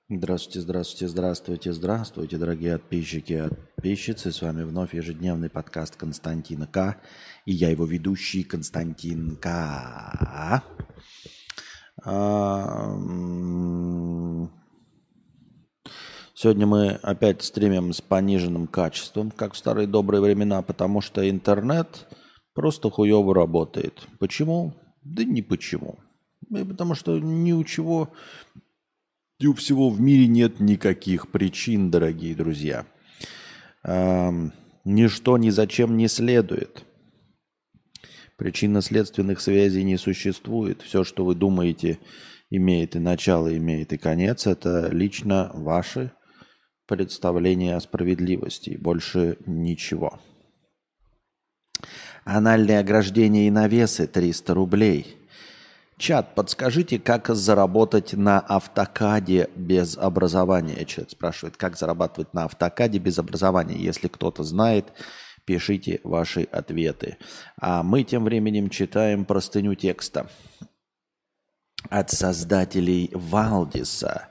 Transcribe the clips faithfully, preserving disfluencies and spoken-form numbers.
Здравствуйте, здравствуйте, здравствуйте, здравствуйте, дорогие подписчики и подписчицы. С вами вновь ежедневный подкаст Константина К. И я его ведущий Константин К. А, м, Сегодня мы опять стримим с пониженным качеством, как в старые добрые времена, потому что интернет просто хуево работает. Почему? Да не почему. Да потому что ни у чего и у всего в мире нет никаких причин, дорогие друзья. Ам, Ничто ни зачем не следует. Причинно-следственных связей не существует. Все, что вы думаете, имеет и начало, имеет и конец. Это лично ваши представления о справедливости. Больше ничего. Анальные ограждения и навесы триста рублей. Чат, подскажите, как заработать на автокаде без образования? Человек спрашивает, как зарабатывать на автокаде без образования. Если кто-то знает, пишите ваши ответы. А мы тем временем читаем простыню текста от создателей Валдиса.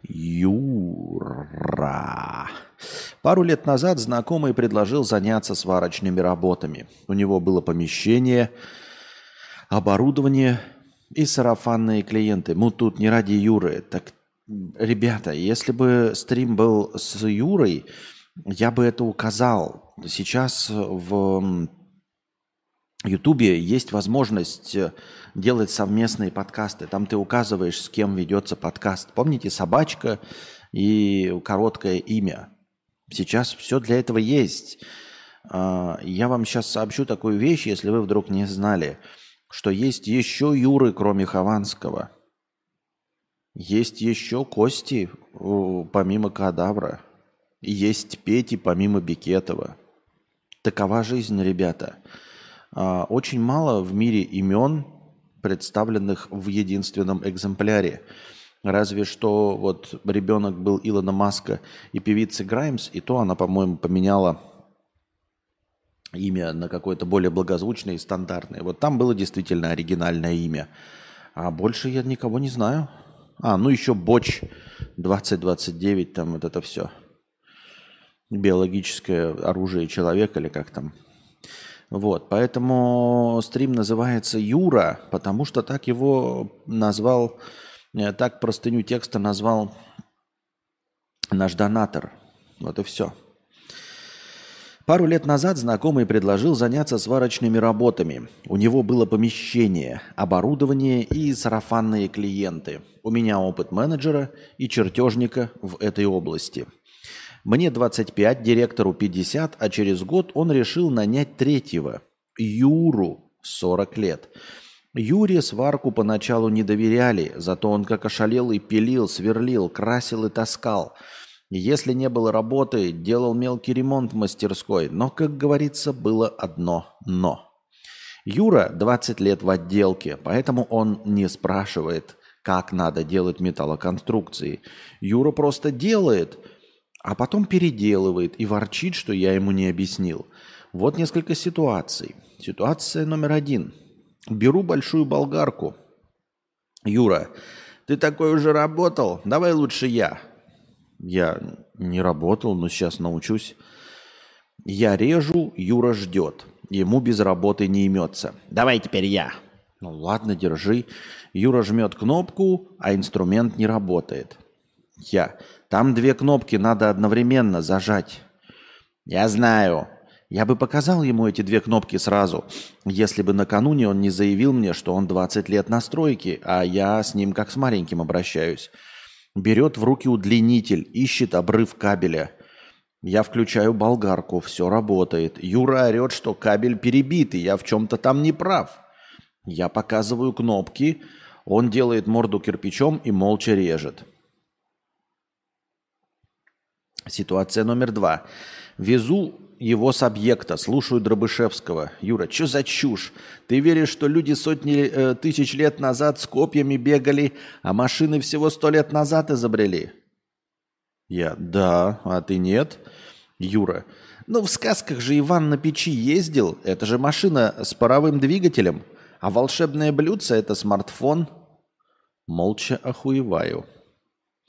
Юра. Пару лет назад знакомый предложил заняться сварочными работами. У него было помещение, оборудование и сарафанные клиенты. Мы тут не ради Юры. Так, ребята, если бы стрим был с Юрой, я бы это указал. Сейчас в Ютубе есть возможность делать совместные подкасты. Там ты указываешь, с кем ведется подкаст. Помните, собачка и короткое имя. Сейчас все для этого есть. Я вам сейчас сообщу такую вещь, если вы вдруг не знали, что есть еще Юры, кроме Хованского. Есть еще Кости, помимо Кадавра. Есть Пети, помимо Бекетова. Такова жизнь, ребята. Очень мало в мире имен, представленных в единственном экземпляре. Разве что вот ребенок был Илона Маска и певицы Граймс, и то она, по-моему, поменяла имя на какое-то более благозвучное и стандартное. Вот там было действительно оригинальное имя. А больше я никого не знаю. А, ну еще Боч двадцать двадцать девять, там вот это все. Биологическое оружие человека или как там. Вот, поэтому стрим называется Юра, потому что так его назвал, так простыню текста назвал наш донатор. Вот и все. Пару лет назад знакомый предложил заняться сварочными работами. У него было помещение, оборудование и сарафанные клиенты. У меня опыт менеджера и чертежника в этой области. Мне двадцать пять, директору пятьдесят, а через год он решил нанять третьего, Юру, сорок лет. Юре сварку поначалу не доверяли, зато он как ошалелый пилил, сверлил, красил и таскал. Если не было работы, делал мелкий ремонт в мастерской, но, как говорится, было одно «но». Юра двадцать лет в отделке, поэтому он не спрашивает, как надо делать металлоконструкции. Юра просто делает, а потом переделывает и ворчит, что я ему не объяснил. Вот несколько ситуаций. Ситуация номер один. Беру большую болгарку. Юра, ты такой уже работал? Давай лучше я. Я не работал, но сейчас научусь. Я режу, Юра ждет. Ему без работы не имется. Давай теперь я. Ну ладно, держи. Юра жмет кнопку, а инструмент не работает. Я. Там две кнопки надо одновременно зажать. Я знаю. Я бы показал ему эти две кнопки сразу, если бы накануне он не заявил мне, что он двадцать лет на стройке, а я с ним как с маленьким обращаюсь. Берет в руки удлинитель, ищет обрыв кабеля. Я включаю болгарку, все работает. Юра орет, что кабель перебит, и я в чем-то там не прав. Я показываю кнопки, он делает морду кирпичом и молча режет. Ситуация номер два. Везу его с объекта, слушаю Дробышевского. Юра, что за чушь? Ты веришь, что люди сотни э, тысяч лет назад с копьями бегали, а машины всего сто лет назад изобрели? Я, да, а ты нет? Юра, ну в сказках же Иван на печи ездил, это же машина с паровым двигателем, а волшебное блюдце – это смартфон. Молча охуеваю.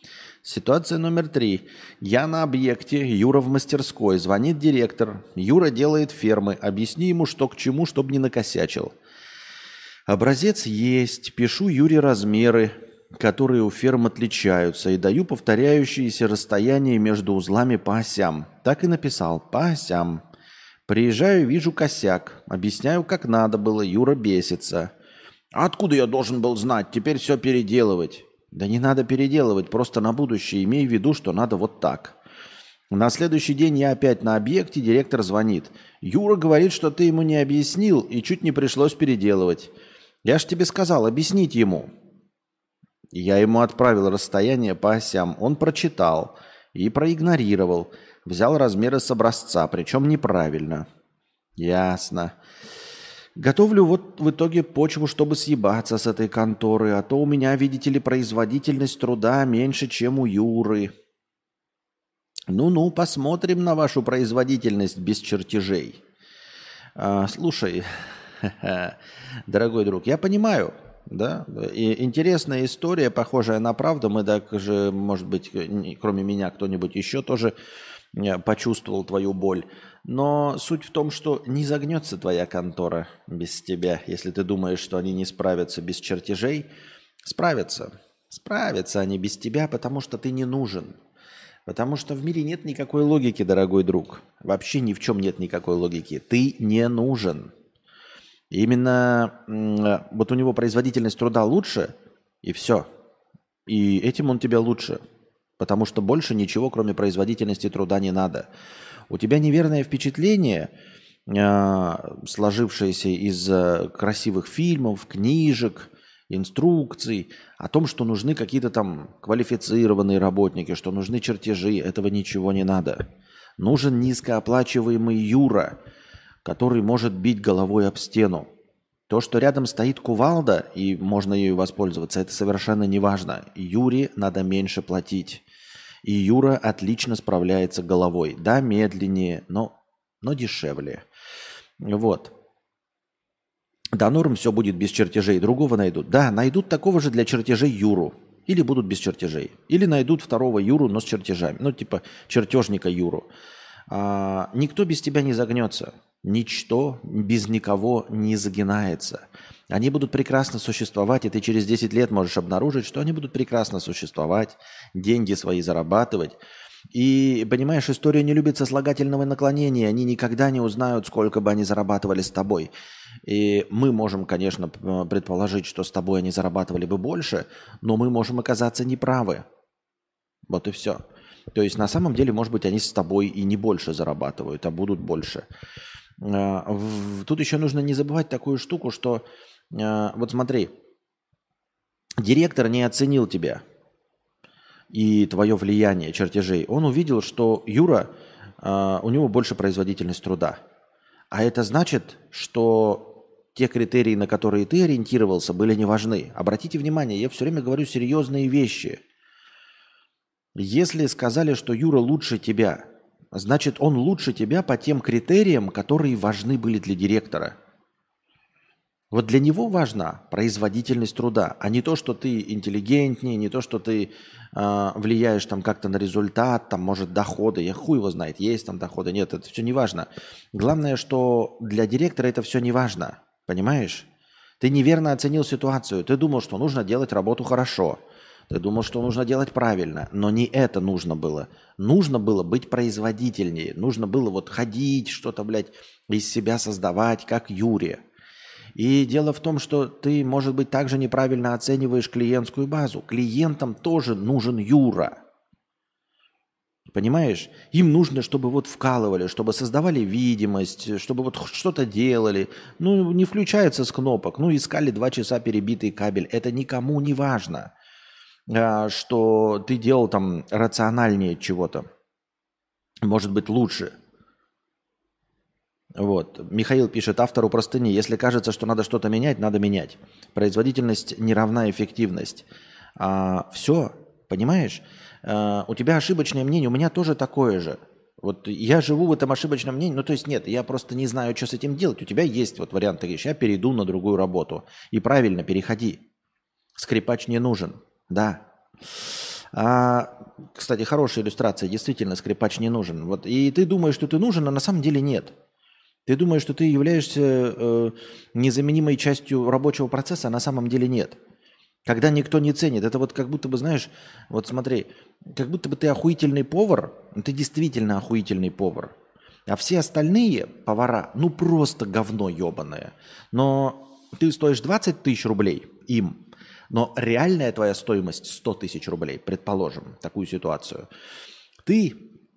Ситуация номер три. Я на объекте, Юра в мастерской. Звонит директор. Юра делает фермы. Объясни ему, что к чему, чтобы не накосячил. Образец есть. Пишу Юре размеры, которые у ферм отличаются, и даю повторяющиеся расстояния между узлами по осям. Так и написал. По осям. Приезжаю, вижу косяк. Объясняю, как надо было. Юра бесится. А откуда я должен был знать? Теперь все переделывать. Да не надо переделывать, просто на будущее имей в виду, что надо вот так. На следующий день я опять на объекте, директор звонит. Юра говорит, что ты ему не объяснил, и чуть не пришлось переделывать. Я ж тебе сказал, объяснить ему. Я ему отправил расстояние по осям. Он прочитал и проигнорировал. Взял размеры с образца, причем неправильно. Ясно. Готовлю вот в итоге почву, чтобы съебаться с этой конторы, а то у меня, видите ли, производительность труда меньше, чем у Юры. Ну-ну, посмотрим на вашу производительность без чертежей. А, слушай, дорогой друг, я понимаю, да, и интересная история, похожая на правду. Мы даже, может быть, кроме меня, кто-нибудь еще тоже почувствовал твою боль. Но суть в том, что не загнется твоя контора без тебя. Если ты думаешь, что они не справятся без чертежей, справятся. Справятся они без тебя, потому что ты не нужен. Потому что в мире нет никакой логики, дорогой друг. Вообще ни в чем нет никакой логики. Ты не нужен. Именно вот у него производительность труда лучше, и все. И этим он тебя лучше. Потому что больше ничего, кроме производительности труда, не надо. У тебя неверное впечатление, сложившееся из красивых фильмов, книжек, инструкций, о том, что нужны какие-то там квалифицированные работники, что нужны чертежи. Этого ничего не надо. Нужен низкооплачиваемый Юра, который может бить головой об стену. То, что рядом стоит кувалда, и можно ею воспользоваться, это совершенно не важно. Юре надо меньше платить. И Юра отлично справляется головой. Да, медленнее, но, но дешевле. Вот. До норм все будет без чертежей. Другого найдут. Да, найдут такого же для чертежей Юру. Или будут без чертежей. Или найдут второго Юру, но с чертежами. Ну, типа чертежника Юру. А, никто без тебя не загнется. Ничто без никого не загинается. Они будут прекрасно существовать, и ты через десять лет можешь обнаружить, что они будут прекрасно существовать, деньги свои зарабатывать. И, понимаешь, история не любит сослагательного наклонения. Они никогда не узнают, сколько бы они зарабатывали с тобой. И мы можем, конечно, предположить, что с тобой они зарабатывали бы больше, но мы можем оказаться неправы. Вот и все. То есть на самом деле, может быть, они с тобой и не больше зарабатывают, а будут больше. Тут еще нужно не забывать такую штуку, что вот смотри, директор не оценил тебя и твое влияние чертежей. Он увидел, что Юра, у него больше производительность труда. А это значит, что те критерии, на которые ты ориентировался, были не важны. Обратите внимание, я все время говорю серьезные вещи. Если сказали, что Юра лучше тебя, значит, он лучше тебя по тем критериям, которые важны были для директора. Вот для него важна производительность труда, а не то, что ты интеллигентнее, не то, что ты э, влияешь там как-то на результат, там, может, доходы. Я хуй его знает, есть там доходы, нет, это все не важно. Главное, что для директора это все не важно, понимаешь? Ты неверно оценил ситуацию, ты думал, что нужно делать работу хорошо, ты думал, что нужно делать правильно, но не это нужно было. Нужно было быть производительнее, нужно было вот ходить, что-то, блядь, из себя создавать, как Юрия. И дело в том, что ты, может быть, также неправильно оцениваешь клиентскую базу. Клиентам тоже нужен Юра. Понимаешь? Им нужно, чтобы вот вкалывали, чтобы создавали видимость, чтобы вот что-то делали. Ну, не включается с кнопок. Ну, искали два часа перебитый кабель. Это никому не важно, что ты делал там рациональнее чего-то. Может быть, лучше. Вот. Михаил пишет, автору простыни. Если кажется, что надо что-то менять, надо менять. Производительность не равна эффективность. А, все, понимаешь? А, у тебя ошибочное мнение, у меня тоже такое же. Вот я живу в этом ошибочном мнении, ну то есть нет, я просто не знаю, что с этим делать. У тебя есть вот вариант, ты говоришь, я перейду на другую работу. И правильно, переходи. Скрипач не нужен, да. А, кстати, хорошая иллюстрация. Действительно, скрипач не нужен. Вот. И ты думаешь, что ты нужен, а на самом деле нет. Ты думаешь, что ты являешься э, незаменимой частью рабочего процесса, а на самом деле нет. Когда никто не ценит. Это вот как будто бы, знаешь, вот смотри, как будто бы ты охуительный повар, ну, ты действительно охуительный повар. А все остальные повара, ну просто говно ебаное. Но ты стоишь двадцать тысяч рублей им, но реальная твоя стоимость сто тысяч рублей, предположим, такую ситуацию. Ты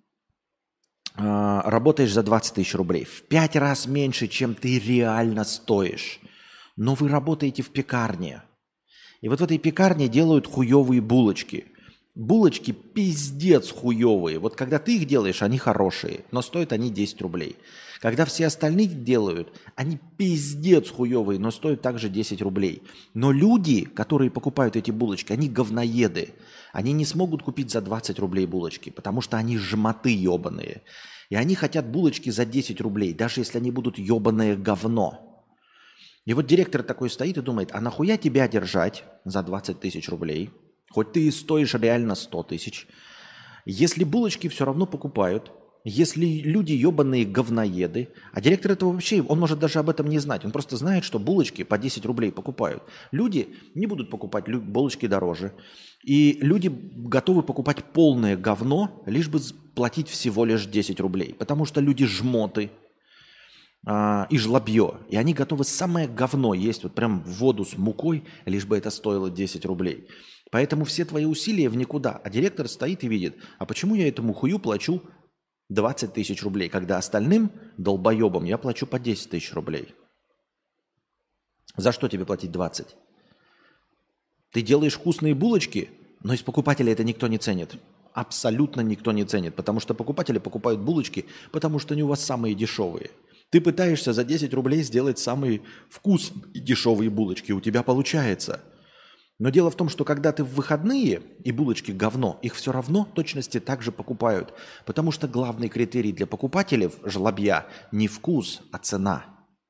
э, работаешь за двадцать тысяч рублей, в пять раз меньше, чем ты реально стоишь. Но вы работаете в пекарне. И вот в этой пекарне делают хуевые булочки. Булочки пиздец хуевые. Вот когда ты их делаешь, они хорошие, но стоят они десять рублей. Когда все остальные делают, они пиздец хуевые, но стоят также десять рублей. Но люди, которые покупают эти булочки, они говноеды. Они не смогут купить за двадцать рублей булочки, потому что они жмоты ебаные. И они хотят булочки за десять рублей, даже если они будут ебаное говно. И вот директор такой стоит и думает, а нахуя тебя держать за двадцать тысяч рублей? Хоть ты и стоишь реально сто тысяч. Если булочки все равно покупают, если люди ебаные говноеды, а директор этого вообще, он может даже об этом не знать. Он просто знает, что булочки по десять рублей покупают. Люди не будут покупать булочки дороже. И люди готовы покупать полное говно, лишь бы платить всего лишь десять рублей. Потому что люди жмоты а, и жлобье. И они готовы самое говно есть, вот прям воду с мукой, лишь бы это стоило десять рублей. Поэтому все твои усилия в никуда. А директор стоит и видит, а почему я этому хую плачу двадцать тысяч рублей, когда остальным долбоебам я плачу по десять тысяч рублей? За что тебе платить двадцать? Ты делаешь вкусные булочки, но из покупателей это никто не ценит. Абсолютно никто не ценит, потому что покупатели покупают булочки, потому что они у вас самые дешевые. Ты пытаешься за десять рублей сделать самые вкусные и дешевые булочки, у тебя получается. Но дело в том, что когда ты в выходные и булочки говно, их все равно в точности так же покупают. Потому что главный критерий для покупателей жлобья не вкус, а цена.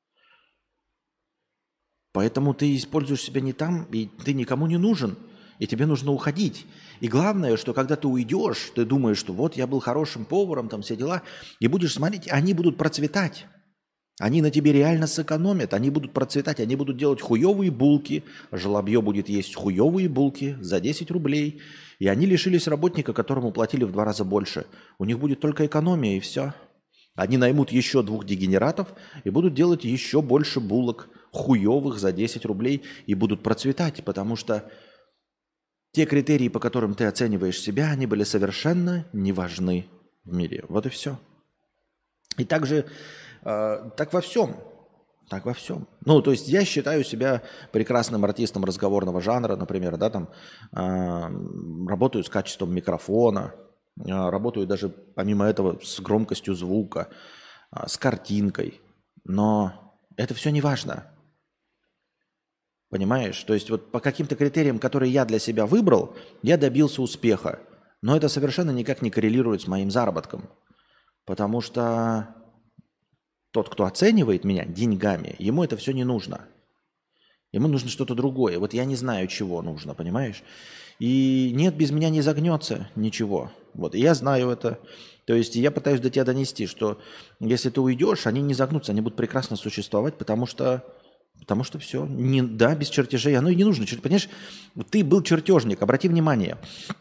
Поэтому ты используешь себя не там, и ты никому не нужен, и тебе нужно уходить. И главное, что когда ты уйдешь, ты думаешь, что вот я был хорошим поваром, там все дела, и будешь смотреть, они будут процветать. Они на тебе реально сэкономят, они будут процветать, они будут делать хуевые булки, жлобье будет есть хуевые булки за десять рублей, и они лишились работника, которому платили в два раза больше. У них будет только экономия, и все. Они наймут еще двух дегенератов и будут делать еще больше булок хуевых за десять рублей и будут процветать, потому что те критерии, по которым ты оцениваешь себя, они были совершенно не важны в мире. Вот и все. И также э, так во всем. Так во всем. Ну, то есть я считаю себя прекрасным артистом разговорного жанра, например, да, там, э, работаю с качеством микрофона, э, работаю даже, помимо этого, с громкостью звука, э, с картинкой. Но это все не важно. Понимаешь? То есть вот по каким-то критериям, которые я для себя выбрал, я добился успеха. Но это совершенно никак не коррелирует с моим заработком. Потому что тот, кто оценивает меня деньгами, ему это все не нужно. Ему нужно что-то другое. Вот я не знаю, чего нужно, понимаешь? И нет, без меня не загнется ничего. Вот, и я знаю это. То есть я пытаюсь до тебя донести, что если ты уйдешь, они не загнутся, они будут прекрасно существовать, потому что, потому что все. Не, да, без чертежей оно и не нужно. Понимаешь, ты был чертежник, обрати внимание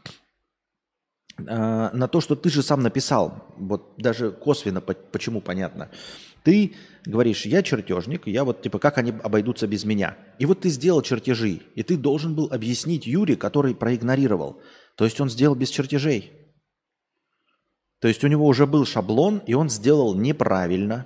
на то, что ты же сам написал, вот даже косвенно, почему понятно. Ты говоришь, я чертежник, я вот типа, как они обойдутся без меня. И вот ты сделал чертежи, и ты должен был объяснить Юре, который проигнорировал. То есть он сделал без чертежей. То есть у него уже был шаблон, и он сделал неправильно.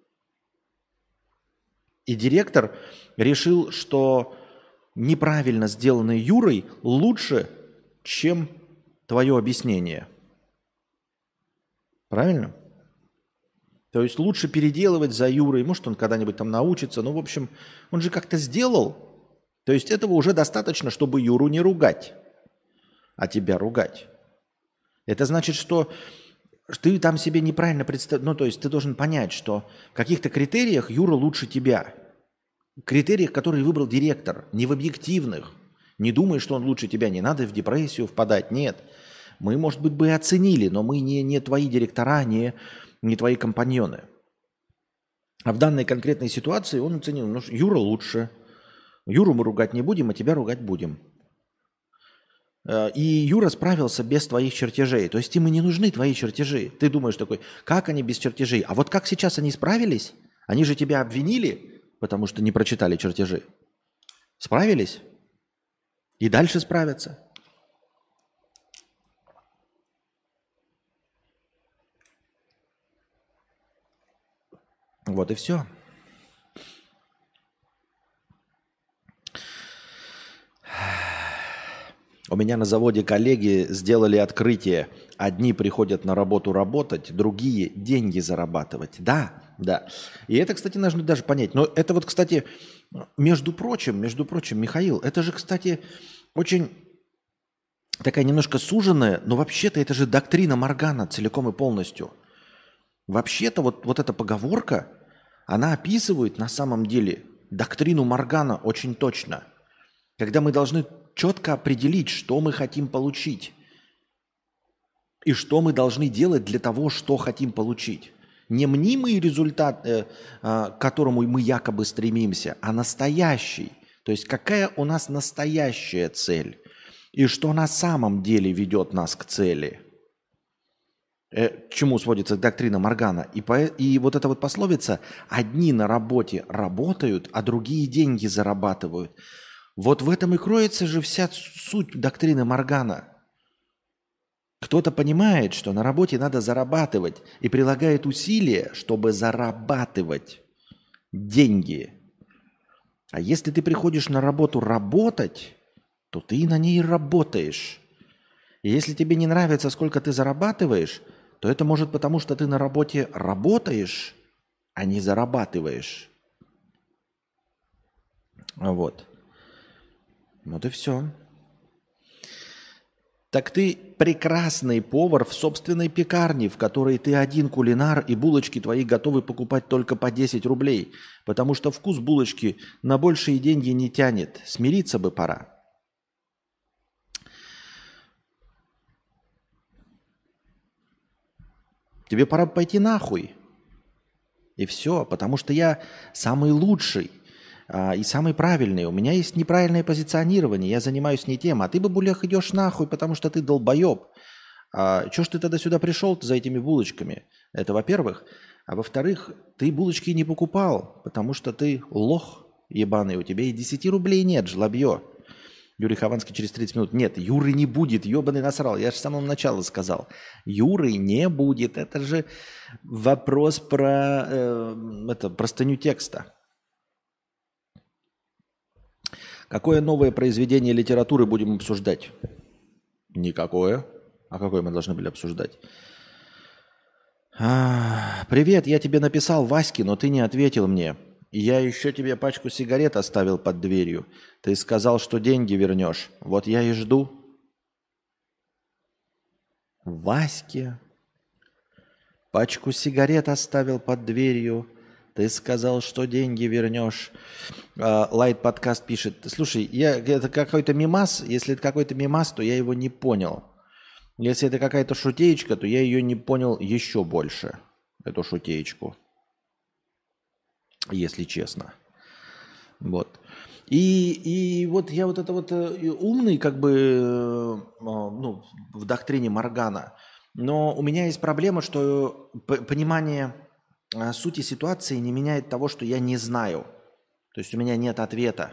И директор решил, что неправильно сделанный Юрой лучше, чем твое объяснение. Правильно? То есть лучше переделывать за Юрой. Может, он когда-нибудь там научится. Ну, в общем, он же как-то сделал. То есть этого уже достаточно, чтобы Юру не ругать, а тебя ругать. Это значит, что ты там себе неправильно представляешь. Ну, то есть ты должен понять, что в каких-то критериях Юра лучше тебя. Критериях, которые выбрал директор. Не в объективных. Не думай, что он лучше тебя, не надо в депрессию впадать. Нет. Мы, может быть, бы и оценили, но мы не, не твои директора, не, не твои компаньоны. А в данной конкретной ситуации он оценил, ну, Юра лучше. Юру мы ругать не будем, а тебя ругать будем. И Юра справился без твоих чертежей. То есть им и не нужны твои чертежи. Ты думаешь такой, как они без чертежей? А вот как сейчас они справились? Они же тебя обвинили, потому что не прочитали чертежи. Справились? И дальше справятся. Вот и все. У меня на заводе коллеги сделали открытие. Одни приходят на работу работать, другие деньги зарабатывать. Да, да. И это, кстати, нужно даже понять. Но это вот, кстати, между прочим, между прочим, Михаил, это же, кстати, очень такая немножко суженная, но вообще-то это же доктрина Моргана целиком и полностью. Вообще-то вот, вот эта поговорка, она описывает на самом деле доктрину Моргана очень точно. Когда мы должны четко определить, что мы хотим получить. И что мы должны делать для того, что хотим получить. Не мнимый результат, э, э, к которому мы якобы стремимся, а настоящий. То есть какая у нас настоящая цель. И что на самом деле ведет нас к цели. Э, к чему сводится доктрина Моргана. И, по, и вот эта вот пословица «одни на работе работают, а другие деньги зарабатывают». Вот в этом и кроется же вся суть доктрины Моргана. Кто-то понимает, что на работе надо зарабатывать и прилагает усилия, чтобы зарабатывать деньги. А если ты приходишь на работу работать, то ты на ней работаешь. И если тебе не нравится, сколько ты зарабатываешь, то это может потому, что ты на работе работаешь, а не зарабатываешь. Вот. Вот и все. Так ты прекрасный повар в собственной пекарне, в которой ты один кулинар, и булочки твои готовы покупать только по десять рублей, потому что вкус булочки на большие деньги не тянет. Смириться бы пора. Тебе пора пойти нахуй. И все, потому что я самый лучший. И самый правильный. У меня есть неправильное позиционирование, я занимаюсь не тем. А ты, бабулях, идешь нахуй, потому что ты долбоеб. А чё ж ты тогда сюда пришел за этими булочками? Это во-первых. А во-вторых, ты булочки не покупал, потому что ты лох ебаный. У тебя и десяти рублей нет, жлобье. Юрий Хованский через тридцать минут. Нет, Юры не будет, ебаный насрал. Я же с самого начала сказал. Юры не будет. Это же вопрос про э, это, простыню текста. Какое новое произведение литературы будем обсуждать? Никакое. А какое мы должны были обсуждать? А, привет, я тебе написал, Ваське, но ты не ответил мне. Я еще тебе пачку сигарет оставил под дверью. Ты сказал, что деньги вернешь. Вот я и жду. Ваське. Пачку сигарет оставил под дверью. Ты сказал, что деньги вернешь. Лайт подкаст пишет. Слушай, я, это какой-то мимас. Если это какой-то мимас, то я его не понял. Если это какая-то шутеечка, то я ее не понял еще больше. Эту шутеечку. Если честно. Вот. И, и вот я вот это вот умный, как бы, ну, в доктрине Моргана. Но у меня есть проблема, что понимание сути ситуации не меняет того, что я не знаю. То есть у меня нет ответа,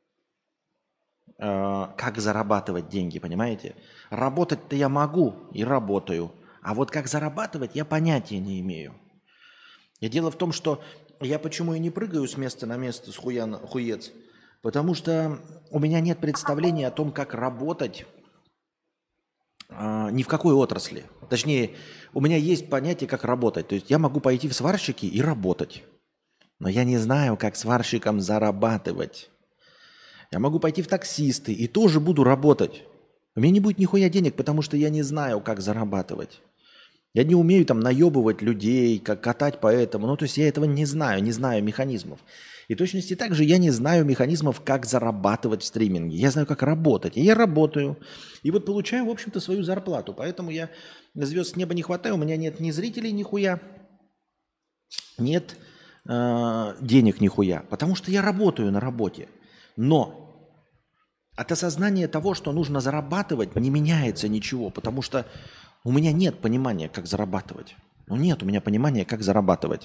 как зарабатывать деньги, понимаете? Работать-то я могу и работаю. А вот как зарабатывать, я понятия не имею. И дело в том, что я почему и не прыгаю с места на место с хуя на хуец, потому что у меня нет представления о том, как работать ни в какой отрасли. Точнее, у меня есть понятие, как работать. То есть я могу пойти в сварщики и работать. Но я не знаю, как сварщикам зарабатывать. Я могу пойти в таксисты и тоже буду работать. У меня не будет нихуя денег, потому что я не знаю, как зарабатывать. Я не умею там наебывать людей, как катать по этому. Ну, то есть я этого не знаю, не знаю механизмов. И точности так же я не знаю механизмов, как зарабатывать в стриминге. Я знаю, как работать. И я работаю. И вот получаю, в общем-то, свою зарплату. Поэтому я звезд с неба не хватаю. У меня нет ни зрителей, ни хуя. Нет э, денег нихуя. Потому что я работаю на работе. Но от осознания того, что нужно зарабатывать, не меняется ничего. Потому что у меня нет понимания, как зарабатывать. Ну нет у меня понимания, как зарабатывать.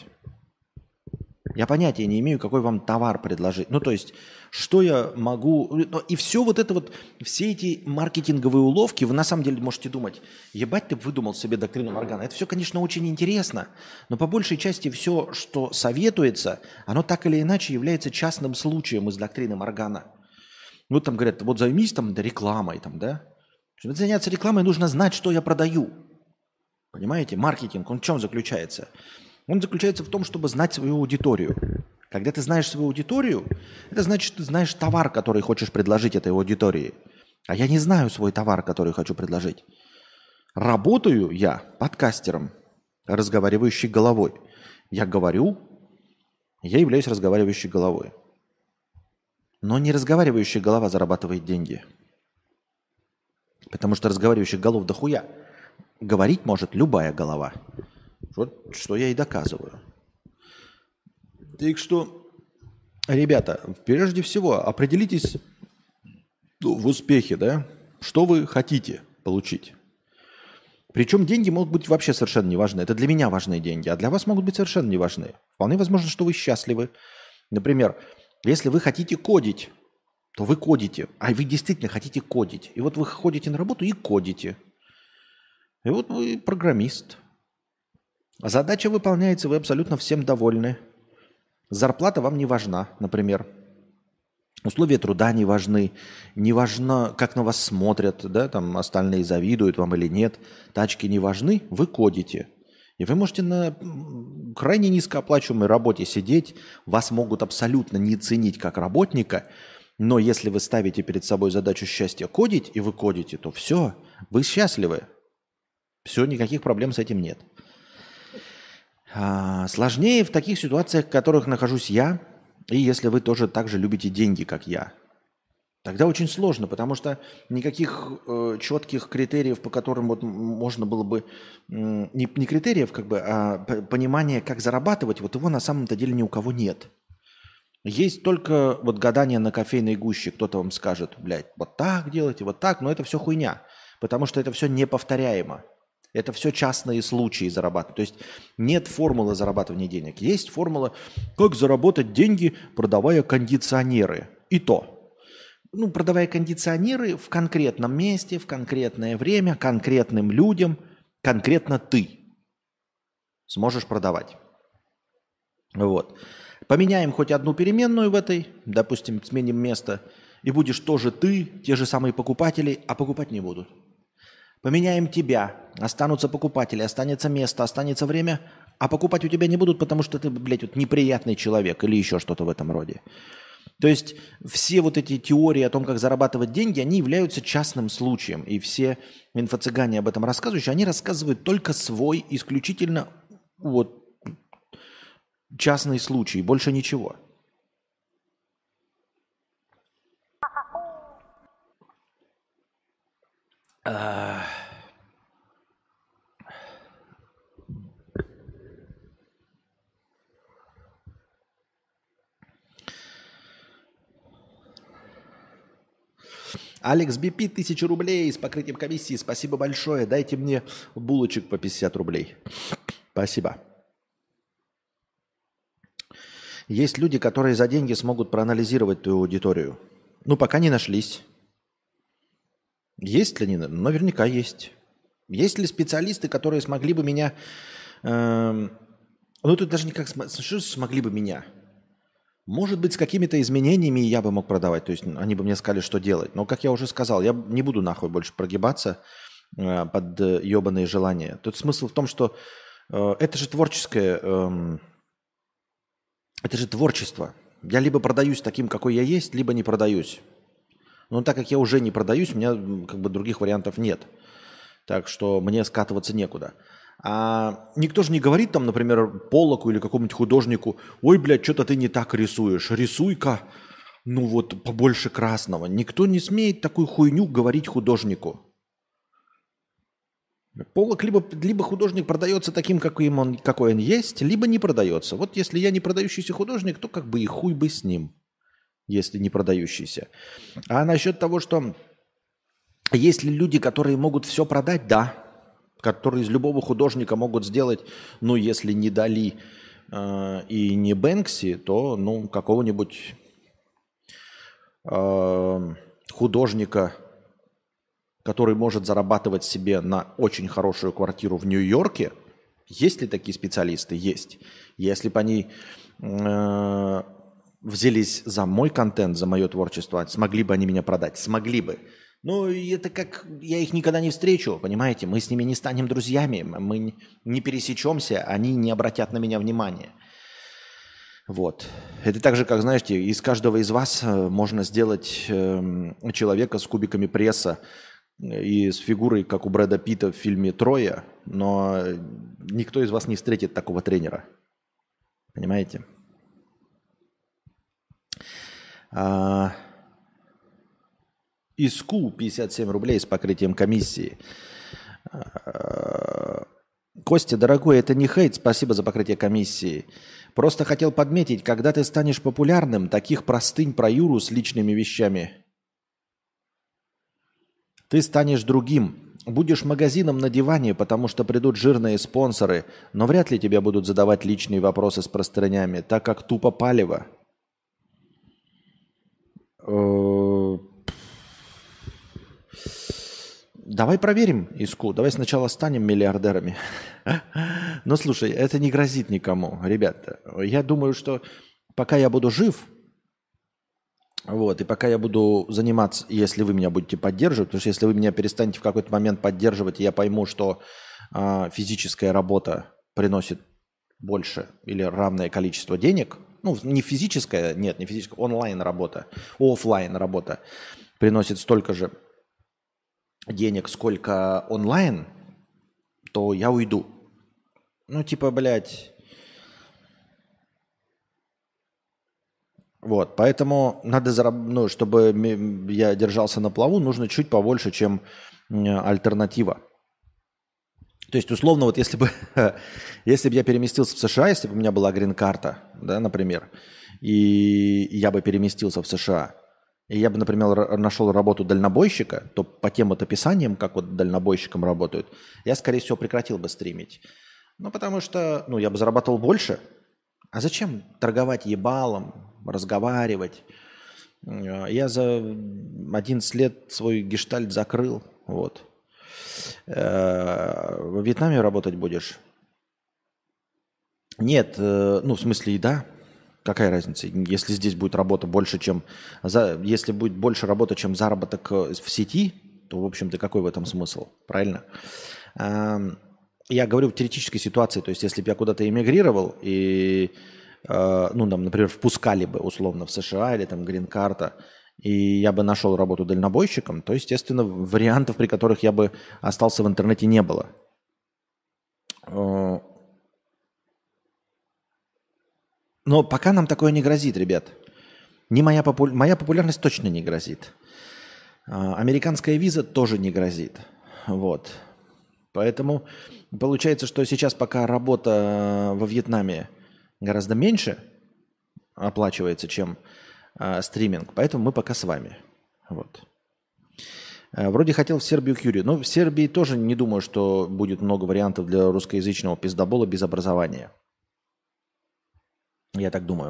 Я понятия не имею, какой вам товар предложить. Ну, то есть, что я могу... И все вот это вот, все эти маркетинговые уловки, вы на самом деле можете думать, ебать, ты выдумал себе доктрину Моргана. Это все, конечно, очень интересно, но по большей части все, что советуется, оно так или иначе является частным случаем из доктрины Моргана. Вот там говорят, вот займись там да, рекламой, там, да? Чтобы заняться рекламой, нужно знать, что я продаю. Понимаете? Маркетинг, он в чем заключается? Он заключается в том, чтобы знать свою аудиторию. Когда ты знаешь свою аудиторию, это значит, что ты знаешь товар, который хочешь предложить этой аудитории. А я не знаю свой товар, который хочу предложить. Работаю я подкастером, разговаривающий головой. Я говорю, я являюсь разговаривающей головой. Но не разговаривающая голова зарабатывает деньги. Потому что разговаривающих голов дохуя. Говорить может любая голова. Вот что я и доказываю. Так что, ребята, прежде всего определитесь в успехе, да, что вы хотите получить. Причем деньги могут быть вообще совершенно не важны. Это для меня важные деньги, а для вас могут быть совершенно не важны. Вполне возможно, что вы счастливы. Например, если вы хотите кодить, то вы кодите, а вы действительно хотите кодить. И вот вы ходите на работу и кодите. И вот вы программист. А задача выполняется, вы абсолютно всем довольны. Зарплата вам не важна, например. Условия труда не важны. Не важно, как на вас смотрят, да, там остальные завидуют вам или нет. Тачки не важны, вы кодите. И вы можете на крайне низкооплачиваемой работе сидеть. Вас могут абсолютно не ценить как работника. Но если вы ставите перед собой задачу счастья кодить, и вы кодите, то все, вы счастливы. Все, никаких проблем с этим нет. А, сложнее в таких ситуациях, в которых нахожусь я, и если вы тоже так же любите деньги, как я. Тогда очень сложно, потому что никаких э, четких критериев, по которым вот можно было бы... Э, не, не критериев, как бы, а понимания, как зарабатывать, вот его на самом-то деле ни у кого нет. Есть только вот гадание на кофейной гуще. Кто-то вам скажет, блядь, вот так делайте, вот так, но это все хуйня, потому что это все неповторяемо. Это все частные случаи зарабатывания. То есть нет формулы зарабатывания денег. Есть формула, как заработать деньги, продавая кондиционеры. И то. Ну, продавая кондиционеры в конкретном месте, в конкретное время, конкретным людям, конкретно ты сможешь продавать. Вот. Поменяем хоть одну переменную в этой, допустим, сменим место, и будешь тоже ты, те же самые покупатели, а покупать не будут. Поменяем тебя, останутся покупатели, останется место, останется время, а покупать у тебя не будут, потому что ты, блядь, вот неприятный человек или еще что-то в этом роде. То есть все вот эти теории о том, как зарабатывать деньги, они являются частным случаем. И все инфо-цыгане об этом рассказывающие, они рассказывают только свой исключительно вот частный случай, больше ничего. Алекс Би Пи, тысяча рублей с покрытием комиссии. Спасибо большое. Дайте мне булочек по пятьдесят рублей. Спасибо. Есть люди, которые за деньги смогут проанализировать твою аудиторию. Ну, пока не нашлись. Есть ли они? Наверняка есть. Есть ли специалисты, которые смогли бы меня... Э, ну, тут даже не как... Что смогли бы меня? Может быть, с какими-то изменениями я бы мог продавать. То есть они бы мне сказали, что делать. Но, как я уже сказал, я не буду нахуй больше прогибаться э, под ебаные желания. Тут смысл в том, что э, это же творческое... Э, это же творчество. Я либо продаюсь таким, какой я есть, либо не продаюсь. Но так как я уже не продаюсь, у меня как бы других вариантов нет. Так что мне скатываться некуда. А никто же не говорит там, например, Поллоку или какому-нибудь художнику: ой, блядь, что-то ты не так рисуешь, рисуй-ка, ну вот, побольше красного. Никто не смеет такую хуйню говорить художнику. Поллок либо, либо художник продается таким, каким он, какой он есть, либо не продается. Вот если я не продающийся художник, то как бы и хуй бы с ним, если не продающийся. А насчет того, что есть ли люди, которые могут все продать, да. Которые из любого художника могут сделать, ну, если не Дали э, и не Бэнкси, то, ну, какого-нибудь э, художника, который может зарабатывать себе на очень хорошую квартиру в Нью-Йорке. Есть ли такие специалисты? Есть. Если бы они э, взялись за мой контент, за мое творчество, смогли бы они меня продать? Смогли бы. Ну, это как... Я их никогда не встречу, понимаете? Мы с ними не станем друзьями, мы не пересечемся, они не обратят на меня внимания. Вот. Это так же, как, знаете, из каждого из вас можно сделать э, человека с кубиками пресса и с фигурой, как у Брэда Питта в фильме «Троя», но никто из вас не встретит такого тренера. Понимаете? А... Иску пятьдесят семь рублей с покрытием комиссии. Костя, дорогой, это не хейт, спасибо за покрытие комиссии. Просто хотел подметить, когда ты станешь популярным, таких простынь про Юру с личными вещами, ты станешь другим. Будешь магазином на диване, потому что придут жирные спонсоры, но вряд ли тебе будут задавать личные вопросы с простынями, так как тупо палево. Давай проверим Иску. Давай сначала станем миллиардерами. Но слушай, это не грозит никому, ребята. Я думаю, что пока я буду жив, вот, и пока я буду заниматься, если вы меня будете поддерживать, потому что если вы меня перестанете в какой-то момент поддерживать, и я пойму, что а, физическая работа приносит больше или равное количество денег, ну, не физическая, нет, не физическая, онлайн работа, офлайн работа приносит столько же денег, сколько онлайн, то я уйду. Ну, типа, блядь. Вот, поэтому надо, зараб... ну, чтобы я держался на плаву, нужно чуть побольше, чем альтернатива. То есть, условно, вот если бы, если бы я переместился в США, если бы у меня была грин-карта, да, например, и я бы переместился в США, и я бы, например, нашел работу дальнобойщика, то по тем вот описаниям, как вот дальнобойщикам работают, я, скорее всего, прекратил бы стримить. Ну, потому что, ну, я бы зарабатывал больше. А зачем торговать ебалом, разговаривать? Я за одиннадцать лет свой гештальт закрыл, вот. В Вьетнаме работать будешь? Нет, ну, в смысле, и да. Какая разница? Если здесь будет работа больше, чем... За... Если будет больше работы, чем заработок в сети, то, в общем-то, какой в этом смысл? Правильно? Я говорю в теоретической ситуации. То есть, если бы я куда-то эмигрировал и, ну, там, например, впускали бы условно в США или там грин-карта, и я бы нашел работу дальнобойщиком, то, естественно, вариантов, при которых я бы остался в интернете, не было. Но пока нам такое не грозит, ребят. Не моя, попу... моя популярность точно не грозит. Американская виза тоже не грозит. Вот. Поэтому получается, что сейчас пока работа во Вьетнаме гораздо меньше оплачивается, чем э, стриминг. Поэтому мы пока с вами. Вот. Э, вроде хотел в Сербию к Юрию. Но в Сербии тоже не думаю, что будет много вариантов для русскоязычного пиздобола без образования. Я так думаю.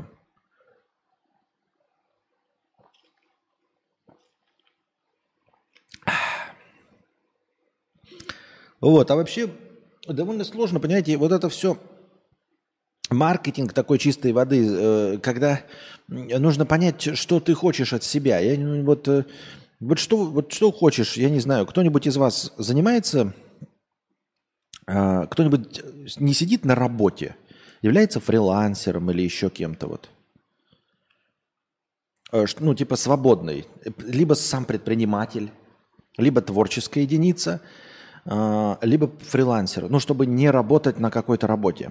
Вот, а вообще довольно сложно, понимаете, вот это все маркетинг такой чистой воды, когда нужно понять, что ты хочешь от себя. Я, вот, вот, что, вот что хочешь, я не знаю, кто-нибудь из вас занимается, кто-нибудь не сидит на работе, является фрилансером или еще кем-то вот? Ну, типа свободный. Либо сам предприниматель, либо творческая единица, а, либо фрилансер, ну, чтобы не работать на какой-то работе.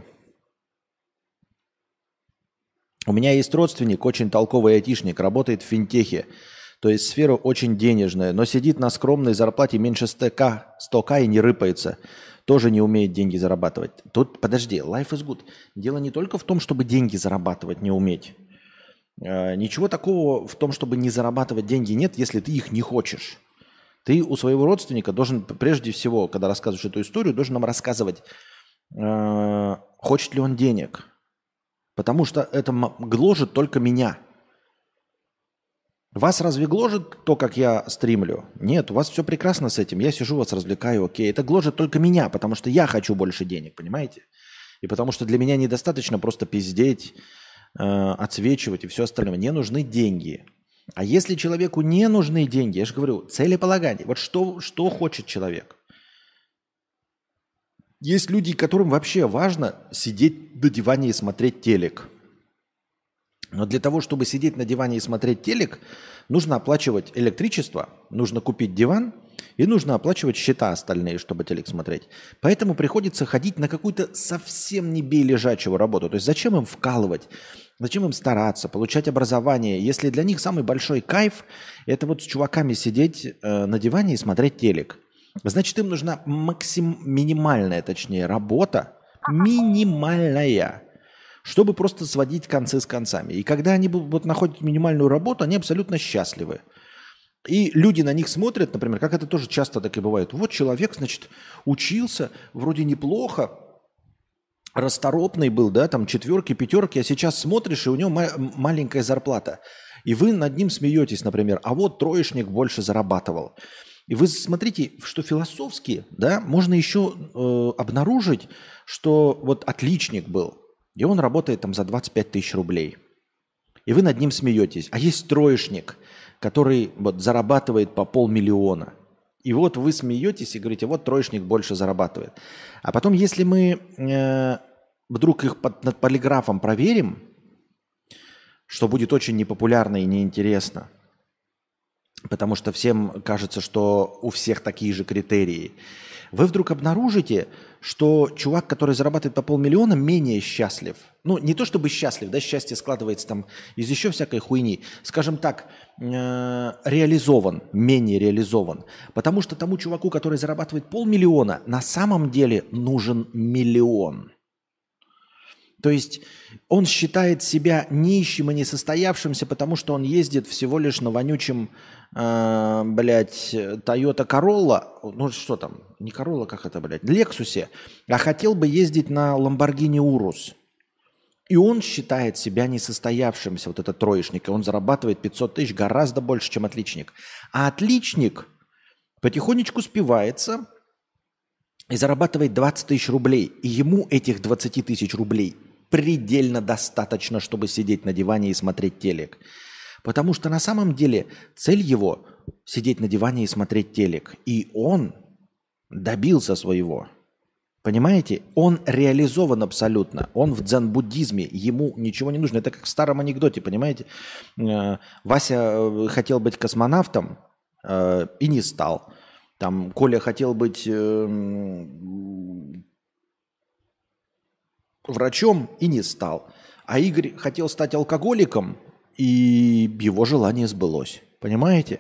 У меня есть родственник, очень толковый айтишник, работает в финтехе, то есть сфера очень денежная, но сидит на скромной зарплате меньше сто тысяч и не рыпается. Тоже не умеет деньги зарабатывать. Тут, подожди, life is good. Дело не только в том, чтобы деньги зарабатывать не уметь. Э, ничего такого в том, чтобы не зарабатывать деньги нет, если ты их не хочешь. Ты у своего родственника должен, прежде всего, когда рассказываешь эту историю, должен нам рассказывать, э, хочет ли он денег. Потому что это гложет только меня. Вас разве гложет то, как я стримлю? Нет, у вас все прекрасно с этим. Я сижу, вас развлекаю, окей. Это гложет только меня, потому что я хочу больше денег, понимаете? И потому что для меня недостаточно просто пиздеть, э, отсвечивать и все остальное. Мне нужны деньги. А если человеку не нужны деньги, я же говорю, целеполагание. Вот что, что хочет человек? Есть люди, которым вообще важно сидеть на диване и смотреть телек. Но для того, чтобы сидеть на диване и смотреть телек, нужно оплачивать электричество, нужно купить диван и нужно оплачивать счета остальные, чтобы телек смотреть. Поэтому приходится ходить на какую-то совсем не бей лежачего работу. То есть зачем им вкалывать, зачем им стараться, получать образование, если для них самый большой кайф – это вот с чуваками сидеть э, на диване и смотреть телек. Значит, им нужна максим... минимальная, точнее, работа, минимальная, чтобы просто сводить концы с концами. И когда они вот находят минимальную работу, они абсолютно счастливы. И люди на них смотрят, например, как это тоже часто так и бывает. Вот человек, значит, учился вроде неплохо, расторопный был, да, там четверки, пятерки, а сейчас смотришь, и у него ма- маленькая зарплата. И вы над ним смеетесь, например, а вот троечник больше зарабатывал. И вы смотрите, что философски, да, можно еще э, обнаружить, что вот отличник был, и он работает там за двадцать пять тысяч рублей. И вы над ним смеетесь. А есть троечник, который вот зарабатывает по полмиллиона. И вот вы смеетесь и говорите, вот троечник больше зарабатывает. А потом, если мы э, вдруг их под, над полиграфом проверим, что будет очень непопулярно и неинтересно, потому что всем кажется, что у всех такие же критерии, вы вдруг обнаружите, что чувак, который зарабатывает по полмиллиона, менее счастлив. Ну, не то чтобы счастлив, да, счастье складывается там из еще всякой хуйни. Скажем так, э, реализован, менее реализован. Потому что тому чуваку, который зарабатывает полмиллиона, на самом деле нужен миллион. То есть он считает себя нищим и несостоявшимся, потому что он ездит всего лишь на вонючем, э, блядь, Toyota Corolla, ну что там, не Corolla, как это, блядь, Lexus, а хотел бы ездить на Lamborghini Urus. И он считает себя несостоявшимся, вот этот троечник, и он зарабатывает пятьсот тысяч, гораздо больше, чем отличник. А отличник потихонечку спивается и зарабатывает двадцать тысяч рублей, и ему этих двадцать тысяч рублей предельно достаточно, чтобы сидеть на диване и смотреть телек. Потому что на самом деле цель его – сидеть на диване и смотреть телек. И он добился своего. Понимаете? Он реализован абсолютно. Он в дзен-буддизме. Ему ничего не нужно. Это как в старом анекдоте, понимаете? Вася хотел быть космонавтом и не стал. Там Коля хотел быть врачом и не стал. А Игорь хотел стать алкоголиком, и его желание сбылось. Понимаете?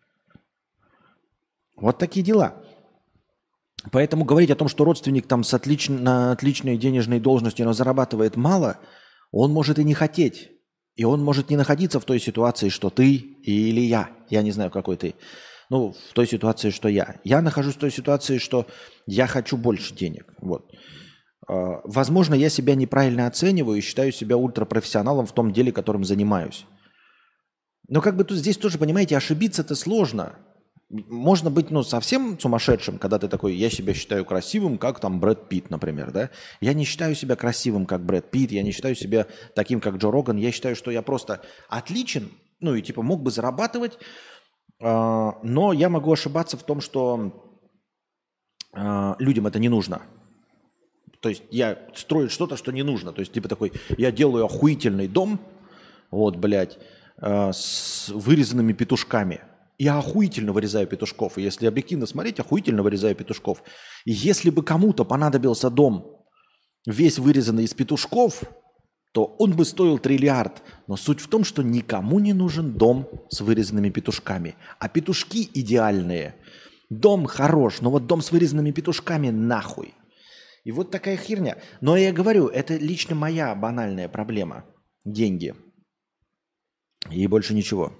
Вот такие дела. Поэтому говорить о том, что родственник там с отлич... на отличной денежной должности, но зарабатывает мало, он может и не хотеть. И он может не находиться в той ситуации, что ты или я. Я не знаю, какой ты. Ну, в той ситуации, что я. Я нахожусь в той ситуации, что я хочу больше денег. Вот. Возможно, я себя неправильно оцениваю и считаю себя ультрапрофессионалом в том деле, которым занимаюсь. Но как бы тут здесь тоже, понимаете, ошибиться-то сложно. Можно быть, ну, совсем сумасшедшим, когда ты такой, я себя считаю красивым, как там Брэд Питт, например, да? Я не считаю себя красивым, как Брэд Питт, я не считаю себя таким, как Джо Роган. Я считаю, что я просто отличен, ну, и типа мог бы зарабатывать, э, но я могу ошибаться в том, что э, людям это не нужно. То есть я строю что-то, что не нужно. То есть типа такой, я делаю охуительный дом, вот, блядь, э, с вырезанными петушками. Я охуительно вырезаю петушков. И если объективно смотреть, охуительно вырезаю петушков. И если бы кому-то понадобился дом, весь вырезанный из петушков, то он бы стоил триллиард. Но суть в том, что никому не нужен дом с вырезанными петушками. А петушки идеальные. Дом хорош, но вот дом с вырезанными петушками нахуй. И вот такая херня. Но я говорю, это лично моя банальная проблема. Деньги. И больше ничего.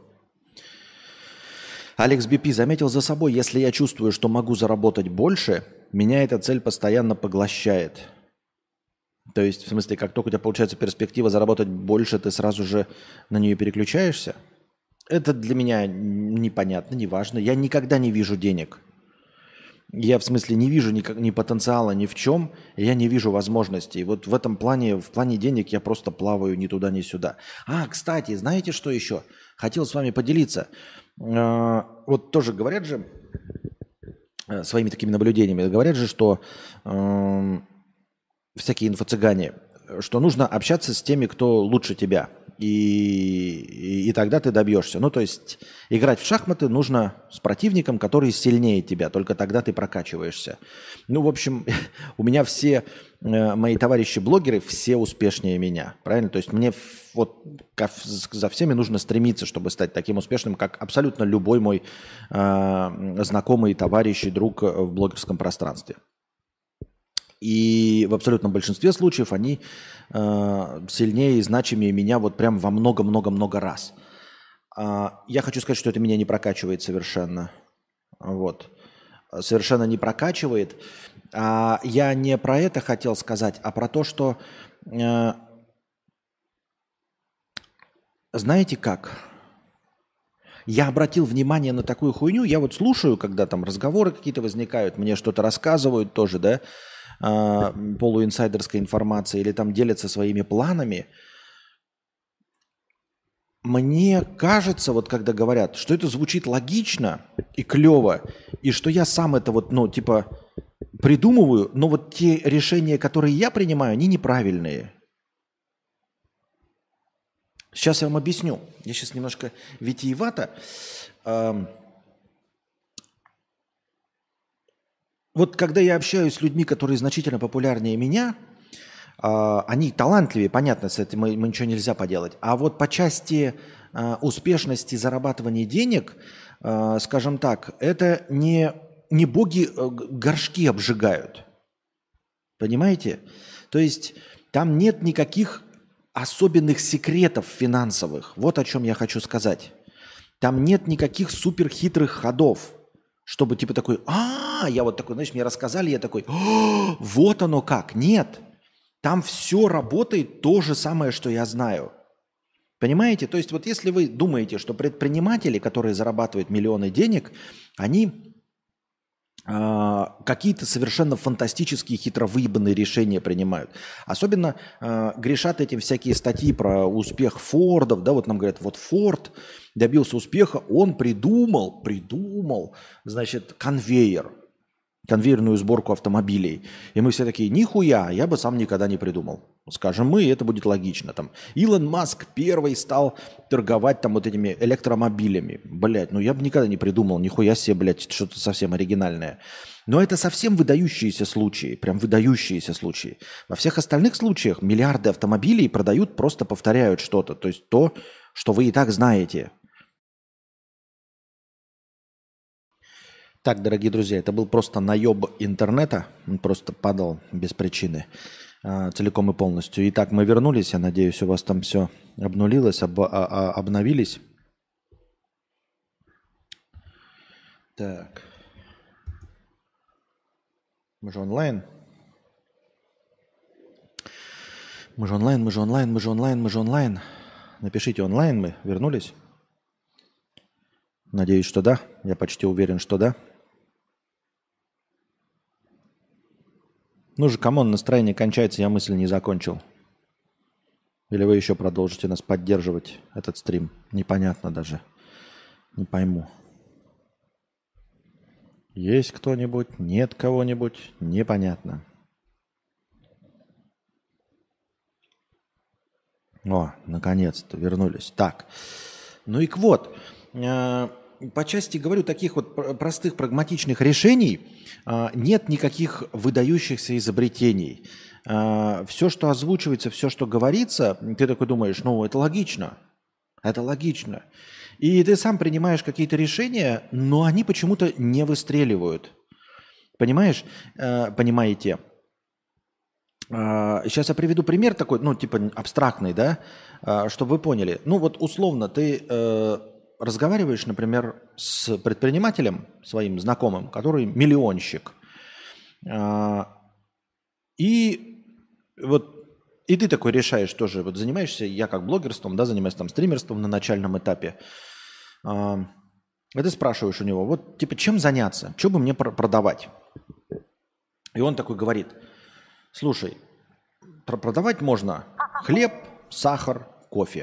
Алекс Би Пи заметил за собой, если я чувствую, что могу заработать больше, меня эта цель постоянно поглощает. То есть, в смысле, как только у тебя получается перспектива заработать больше, ты сразу же на нее переключаешься? Это для меня непонятно, неважно. Я никогда не вижу денег. Я, в смысле, не вижу ни, ни потенциала ни в чем, я не вижу возможностей. Вот в этом плане, в плане денег я просто плаваю ни туда, ни сюда. А, кстати, знаете, что еще? Хотел с вами поделиться. Вот тоже говорят же, своими такими наблюдениями, говорят же, что э, всякие инфо-цыгане, что нужно общаться с теми, кто лучше тебя. И, и, и тогда ты добьешься. Ну, то есть играть в шахматы нужно с противником, который сильнее тебя. Только тогда ты прокачиваешься. Ну, в общем, у меня все э, мои товарищи-блогеры все успешнее меня. Правильно? То есть мне вот за всеми нужно стремиться, чтобы стать таким успешным, как абсолютно любой мой э, знакомый, товарищ и друг в блогерском пространстве. И в абсолютном большинстве случаев они э, сильнее и значимее меня вот прям во много-много-много раз. Э, я хочу сказать, что это меня не прокачивает совершенно. Вот. Совершенно не прокачивает. А я не про это хотел сказать, а про то, что... Э, знаете как? Я обратил внимание на такую хуйню. Я вот слушаю, когда там разговоры какие-то возникают, мне что-то рассказывают тоже, да, полуинсайдерской информации или там делятся своими планами. Мне кажется, вот когда говорят, что это звучит логично и клево, и что я сам это вот, ну, типа, придумываю, но вот те решения, которые я принимаю, они неправильные. Сейчас я вам объясню. Я сейчас немножко витиевато. Вот когда я общаюсь с людьми, которые значительно популярнее меня, э, они талантливее, понятно, с этим мы, мы ничего нельзя поделать. А вот по части э, успешности зарабатывания денег, э, скажем так, это не, не боги э, горшки обжигают. Понимаете? То есть там нет никаких особенных секретов финансовых. Вот о чем я хочу сказать. Там нет никаких суперхитрых ходов. Чтобы типа такой, а, я вот такой, знаешь, мне рассказали, я такой, вот оно как. Нет, там все работает то же самое, что я знаю. Понимаете? То есть вот если вы думаете, что предприниматели, которые зарабатывают миллионы денег, они э, какие-то совершенно фантастические, хитро выебанные решения принимают. Особенно э, грешат этим всякие статьи про успех Фордов, да, вот нам говорят, вот Форд добился успеха, он придумал, придумал, значит, конвейер, конвейерную сборку автомобилей. И мы все такие, нихуя, я бы сам никогда не придумал. Скажем мы, это будет логично. Там, Илон Маск первый стал торговать там вот этими электромобилями. Блять, ну я бы никогда не придумал, нихуя себе, блядь, что-то совсем оригинальное. Но это совсем выдающиеся случаи, прям выдающиеся случаи. Во всех остальных случаях миллиарды автомобилей продают, просто повторяют что-то. То есть то, что вы и так знаете. Так, дорогие друзья, это был просто наеб интернета. Он просто падал без причины. а, целиком и полностью. Итак, мы вернулись. Я надеюсь, у вас там все обнулилось, об, а, а, обновились. Так. Мы же онлайн. Мы же онлайн, мы же онлайн, мы же онлайн, мы же онлайн. Напишите онлайн, мы вернулись. Надеюсь, что да. Я почти уверен, что да. Ну же, камон, настроение кончается, я мысль не закончил. Или вы еще продолжите нас поддерживать, этот стрим? Непонятно даже. Не пойму. Есть кто-нибудь? Нет кого-нибудь? Непонятно. О, наконец-то вернулись. Так, ну и вот. по части, говорю, таких вот пр- простых прагматичных решений а, нет никаких выдающихся изобретений. Все, что озвучивается, все, что говорится, ты такой думаешь, ну, это логично. Это логично. И ты сам принимаешь какие-то решения, но они почему-то не выстреливают. Понимаешь? Э, Понимаете? Сейчас я приведу пример такой, ну, типа абстрактный, да, а, чтобы вы поняли. Ну, вот условно ты э, разговариваешь, например, с предпринимателем, своим знакомым, который миллионщик, а, и вот и ты такой решаешь тоже, вот занимаешься, я как блогерством, да, занимаюсь там стримерством на начальном этапе. А, и ты спрашиваешь у него, вот типа чем заняться, что бы мне пр- продавать? И он такой говорит, слушай, пр- продавать можно хлеб, сахар, кофе.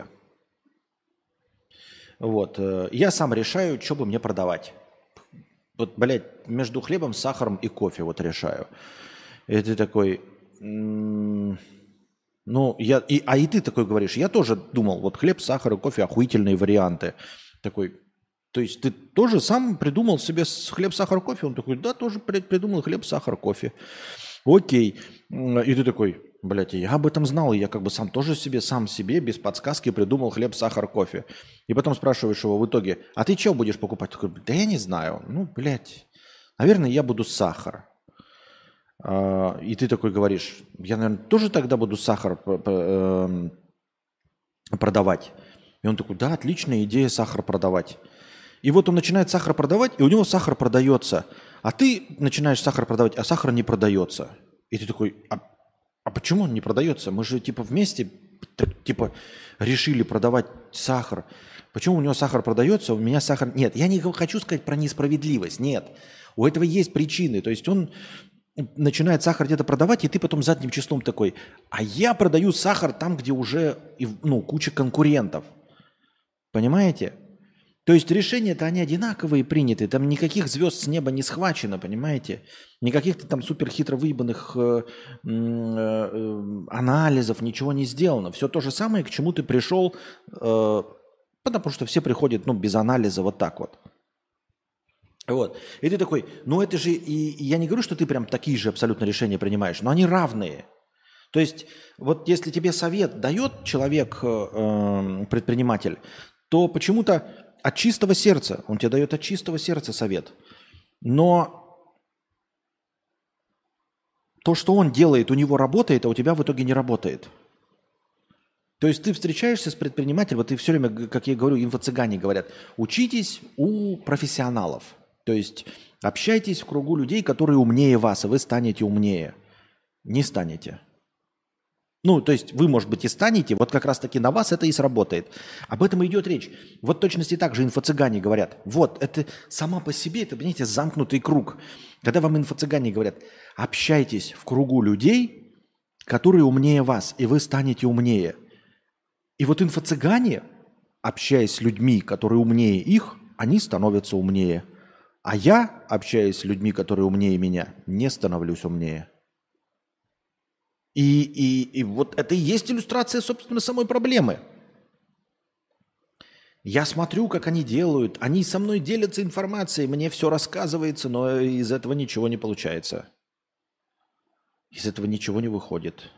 Вот. э, Я сам решаю, что бы мне продавать. Вот, блядь, между хлебом, сахаром и кофе вот решаю. И ты такой, м, ну, я, и, а и ты такой говоришь, я тоже думал, вот хлеб, сахар и кофе охуительные варианты. Такой, то есть ты тоже сам придумал себе с- хлеб, сахар, кофе? Он такой, да, тоже при- придумал хлеб, сахар, кофе. Окей. М, И ты такой, блядь, я об этом знал, и я как бы сам тоже себе, сам себе без подсказки придумал хлеб, сахар, кофе. И потом спрашиваешь его в итоге, а ты что будешь покупать? Такой, да я не знаю. Ну, блядь, наверное, я буду сахар. А, И ты такой говоришь, я, наверное, тоже тогда буду сахар п- п- эм, продавать. И он такой, да, отличная идея сахар продавать. И вот он начинает сахар продавать, и у него сахар продается. А ты начинаешь сахар продавать, а сахар не продается. И ты такой, а, а почему он не продается? Мы же типа вместе т- типа решили продавать сахар. Почему у него сахар продается, а у меня сахар... Нет, я не хочу сказать про несправедливость. Нет, у этого есть причины. То есть он начинает сахар где-то продавать, и ты потом задним числом такой, а я продаю сахар там, где уже и, ну, куча конкурентов. Понимаете? То есть решения-то они одинаковые приняты, там никаких звезд с неба не схвачено, понимаете? Никаких-то там суперхитро выебанных э, м, э, э, анализов, ничего не сделано. Все то же самое, к чему ты пришел, э, потому что все приходят ну, без анализа вот так вот. Вот. И ты такой, ну это же, и, и я не говорю, что ты прям такие же абсолютно решения принимаешь, но они равные. То есть вот если тебе совет дает человек, э, э, предприниматель, то почему-то от чистого сердца, он тебе дает от чистого сердца совет. Но то, что он делает, у него работает, а у тебя в итоге не работает. То есть ты встречаешься с предпринимателем, вот ты все время, г- как я говорю, инфо-цыгане говорят, учитесь у профессионалов. То есть общайтесь в кругу людей, которые умнее вас, и вы станете умнее. Не станете. Ну, то есть вы, может быть, и станете, вот как раз-таки на вас это и сработает. Об этом и идет речь. Вот точности так же инфо-цыгане говорят. Вот, это сама по себе, это, понимаете, замкнутый круг. Когда вам инфо-цыгане говорят, общайтесь в кругу людей, которые умнее вас, и вы станете умнее. И вот инфо-цыгане, общаясь с людьми, которые умнее их, они становятся умнее. А я, общаясь с людьми, которые умнее меня, не становлюсь умнее. И, и, и вот это и есть иллюстрация, собственно, самой проблемы. Я смотрю, как они делают, они со мной делятся информацией, мне все рассказывается, но из этого ничего не получается. Из этого ничего не выходит.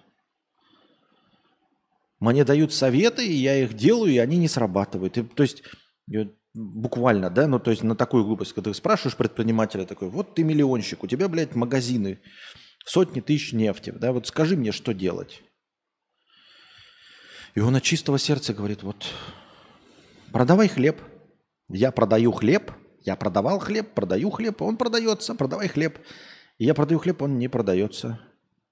Мне дают советы, и я их делаю, и они не срабатывают. И, то есть я буквально, да, ну то есть на такую глупость, когда ты спрашиваешь предпринимателя такой, вот ты миллионщик, у тебя, блядь, магазины, сотни тысяч нефти, да, вот скажи мне, что делать. И он от чистого сердца говорит, вот продавай хлеб. Я продаю хлеб, я продавал хлеб, продаю хлеб, он продается, продавай хлеб. И я продаю хлеб, он не продается.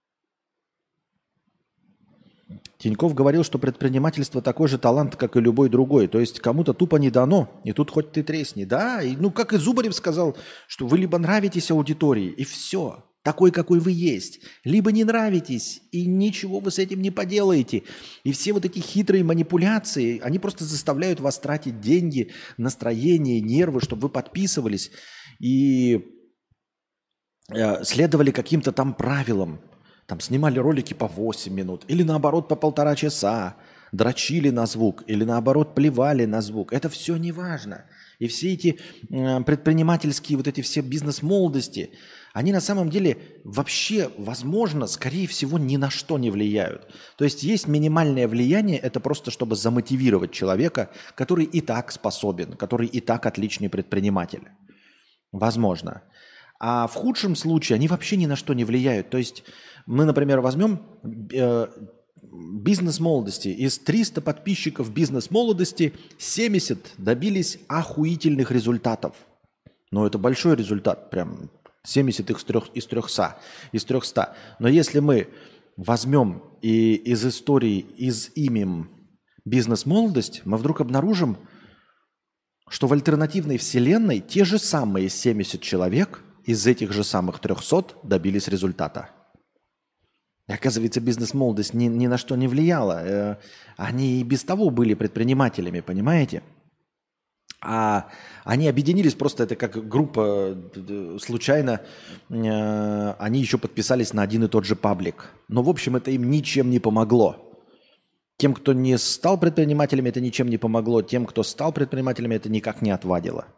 Тиньков говорил, что предпринимательство такой же талант, как и любой другой. То есть кому-то тупо не дано, и тут хоть ты тресни. Да, и, ну как и Зубарев сказал, что вы либо нравитесь аудитории, и все, такой, какой вы есть. Либо не нравитесь, и ничего вы с этим не поделаете. И все вот эти хитрые манипуляции, они просто заставляют вас тратить деньги, настроение, нервы, чтобы вы подписывались и э, следовали каким-то там правилам. Там снимали ролики по восемь минут, или наоборот по полтора часа, дрочили на звук, или наоборот плевали на звук. Это все не важно. И все эти э, предпринимательские, вот эти все бизнес-молодости, они на самом деле вообще, возможно, скорее всего, ни на что не влияют. То есть есть минимальное влияние, это просто чтобы замотивировать человека, который и так способен, который и так отличный предприниматель. Возможно. А в худшем случае они вообще ни на что не влияют. То есть мы, например, возьмем э, бизнес молодости. Из триста подписчиков бизнес молодости семьдесят добились охуительных результатов. Ну, это большой результат, прям семьдесят их из трехсот. Из трехсот. Но если мы возьмем и из истории, из имем бизнес молодость, мы вдруг обнаружим, что в альтернативной вселенной те же самые семьдесят человек из этих же самых трехсот добились результата. И оказывается, бизнес-молодость ни, ни на что не влияла. Э, они и без того были предпринимателями, понимаете? А они объединились, просто это как группа э, случайно, э, они еще подписались на один и тот же паблик. Но, в общем, это им ничем не помогло. Тем, кто не стал предпринимателями, это ничем не помогло. Тем, кто стал предпринимателями, это никак не отвадило.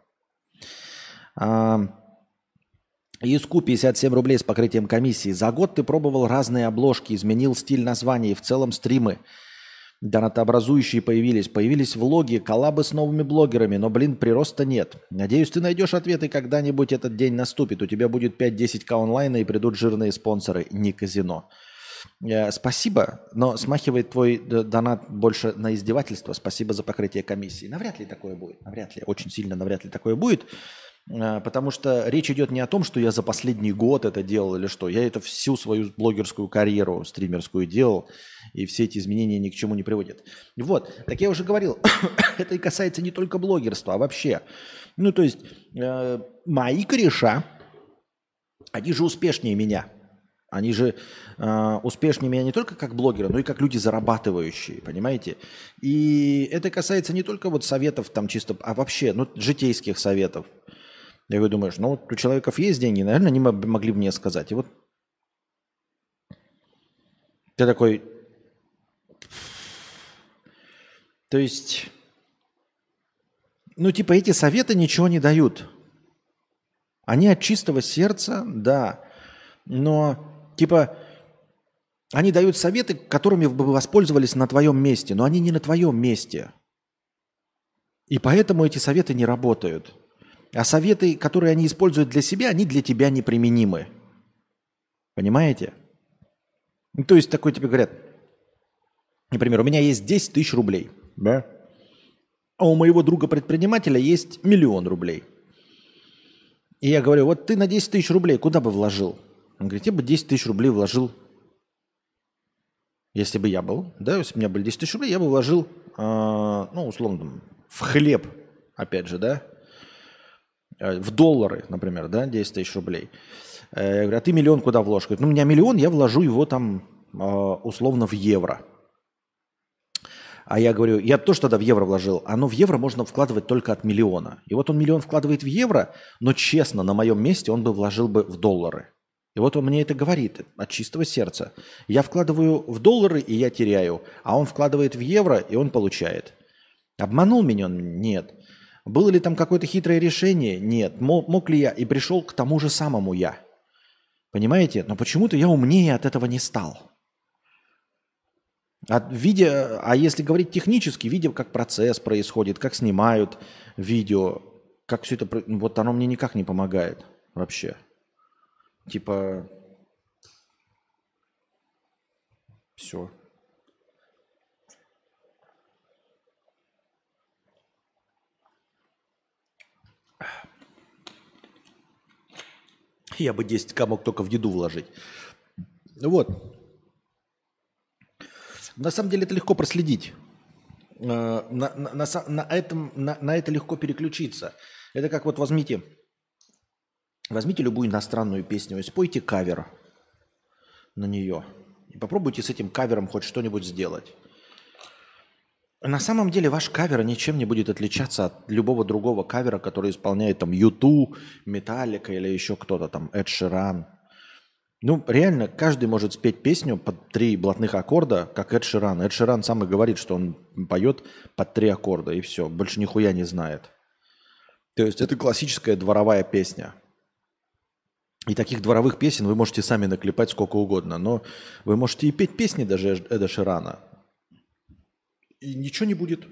А, Иску пятьдесят семь рублей с покрытием комиссии. За год ты пробовал разные обложки, изменил стиль названий, в целом стримы донатообразующие появились. Появились влоги, коллабы с новыми блогерами, но, блин, прироста нет. Надеюсь, ты найдешь ответы, когда-нибудь этот день наступит. У тебя будет пять-десять тысяч онлайна и придут жирные спонсоры, не казино. Э, спасибо, но смахивает твой донат больше на издевательство. Спасибо за покрытие комиссии. Навряд ли такое будет. Навряд ли, очень сильно навряд ли такое будет. Потому что речь идет не о том, что я за последний год это делал или что. Я это всю свою блогерскую карьеру стримерскую делал, и все эти изменения ни к чему не приводят. Вот, так я уже говорил, это и касается не только блогерства, а вообще. Ну, то есть, э, мои кореша, они же успешнее меня. Они же э, успешнее меня не только как блогеры, но и как люди зарабатывающие, понимаете? И это касается не только вот советов там чисто, а вообще, ну, житейских советов. И вы думаешь, ну вот у человеков есть деньги, наверное, они могли бы мне сказать. И вот ты такой... То есть, ну типа эти советы ничего не дают. Они от чистого сердца, да, но типа они дают советы, которыми бы вы воспользовались на твоем месте, но они не на твоем месте. И поэтому эти советы не работают. А советы, которые они используют для себя, они для тебя неприменимы. Понимаете? Ну, то есть такой тебе говорят, например, у меня есть десять тысяч рублей, да? А у моего друга-предпринимателя есть миллион рублей. И я говорю, вот ты на десять тысяч рублей куда бы вложил? Он говорит, я бы десять тысяч рублей вложил, если бы я был, да, если бы у меня были десять тысяч рублей, я бы вложил, э, ну, условно, в хлеб, опять же, да, в доллары, например, да, десять тысяч рублей. Я говорю, а ты миллион куда вложишь? Говорит, ну, у меня миллион, я вложу его там условно в евро. А я говорю, я тоже тогда в евро вложил, а ну в евро можно вкладывать только от миллиона. И вот он миллион вкладывает в евро, но честно, на моем месте он бы вложил бы в доллары. И вот он мне это говорит от чистого сердца. Я вкладываю в доллары, и я теряю, а он вкладывает в евро, и он получает. Обманул меня он? Нет. Было ли там какое-то хитрое решение? Нет. Мог, мог ли я? И пришел к тому же самому я. Понимаете? Но почему-то я умнее от этого не стал. А, видя, а если говорить технически, видя, как процесс происходит, как снимают видео, как все это... Вот оно мне никак не помогает вообще. Типа... Все. Я бы десять тысяч мог только в еду вложить. Вот. На самом деле это легко проследить. На, на, на, на, этом, на, на это легко переключиться. Это как вот возьмите, возьмите любую иностранную песню и спойте кавер на нее. И попробуйте с этим кавером хоть что-нибудь сделать. На самом деле ваш кавер ничем не будет отличаться от любого другого кавера, который исполняет там ю ту, Metallica или еще кто-то там, Эд Ширан. Ну, реально, каждый может спеть песню под три блатных аккорда, как Эд Ширан. Эд Ширан сам и говорит, что он поет под три аккорда, и все, больше нихуя не знает. То есть это классическая дворовая песня. И таких дворовых песен вы можете сами наклепать сколько угодно. Но вы можете и петь песни даже Эда Ширана. И ничего не будет.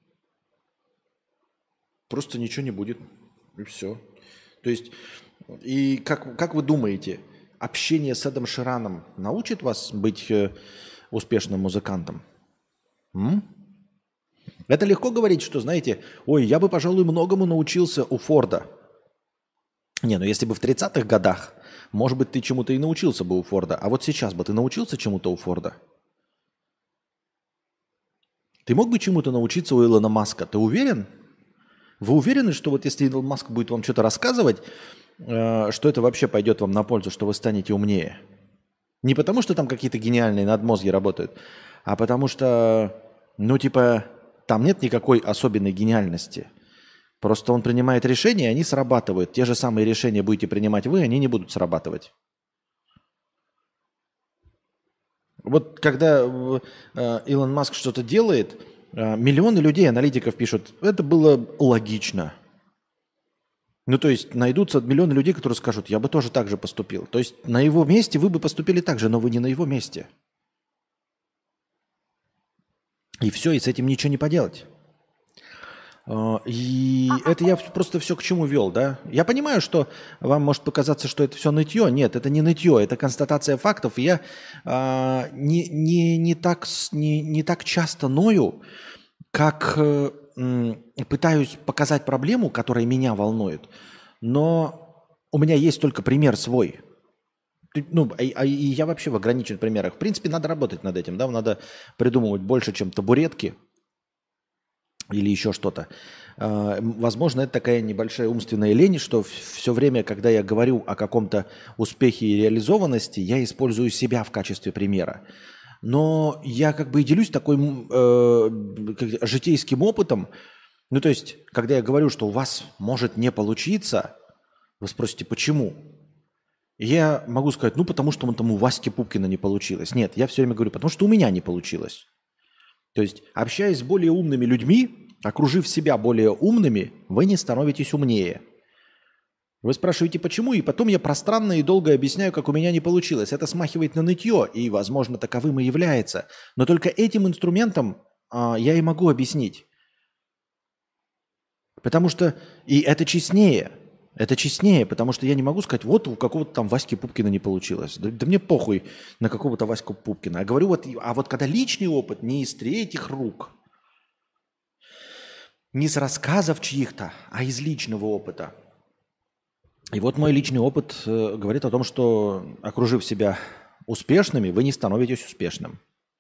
Просто ничего не будет. И все. То есть, и как, как вы думаете, общение с Эдом Шираном научит вас быть э, успешным музыкантом? М? Это легко говорить, что, знаете, ой, я бы, пожалуй, многому научился у Форда. Не, ну если бы в тридцатых годах, может быть, ты чему-то и научился бы у Форда. А вот сейчас бы ты научился чему-то у Форда? Ты мог бы чему-то научиться у Илона Маска? Ты уверен? Вы уверены, что вот если Илон Маск будет вам что-то рассказывать, э, что это вообще пойдет вам на пользу, что вы станете умнее? Не потому, что там какие-то гениальные надмозги работают, а потому что, ну, типа, там нет никакой особенной гениальности. Просто он принимает решения, и они срабатывают. Те же самые решения будете принимать вы, они не будут срабатывать. Вот когда э, Илон Маск что-то делает, э, миллионы людей, аналитиков пишут, это было логично. Ну, то есть найдутся миллионы людей, которые скажут, я бы тоже так же поступил. То есть на его месте вы бы поступили так же, но вы не на его месте. И все, и с этим ничего не поделать. И это я просто все к чему вел, да? Я понимаю, что вам может показаться, что это все нытье. Нет, это не нытье, это констатация фактов. И я а, не, не, не, так, не, не так часто ною, как э, м, пытаюсь показать проблему, которая меня волнует. Но у меня есть только пример свой. Ну, а, а, и я вообще в ограниченных примерах. В принципе, надо работать над этим, да? Надо придумывать больше, чем табуретки. Или еще что-то. Возможно, это такая небольшая умственная лень, что все время, когда я говорю о каком-то успехе и реализованности, я использую себя в качестве примера. Но я как бы и делюсь такой э, житейским опытом. Ну, то есть, когда я говорю, что у вас может не получиться, вы спросите, почему? Я могу сказать, ну, потому что там у Васьки Пупкина не получилось. Нет, я все время говорю, потому что у меня не получилось. То есть, общаясь с более умными людьми, окружив себя более умными, вы не становитесь умнее. Вы спрашиваете, почему, и потом я пространно и долго объясняю, как у меня не получилось. Это смахивает на нытье, и, возможно, таковым и является. Но только этим инструментом а, я и могу объяснить. Потому что, и это честнее, это честнее, потому что я не могу сказать, вот у какого-то там Васьки Пупкина не получилось. Да, да мне похуй на какого-то Ваську Пупкина. А говорю, вот, а вот когда личный опыт не из третьих рук, не с рассказов чьих-то, а из личного опыта. И вот мой личный опыт э, говорит о том, что, окружив себя успешными, вы не становитесь успешным.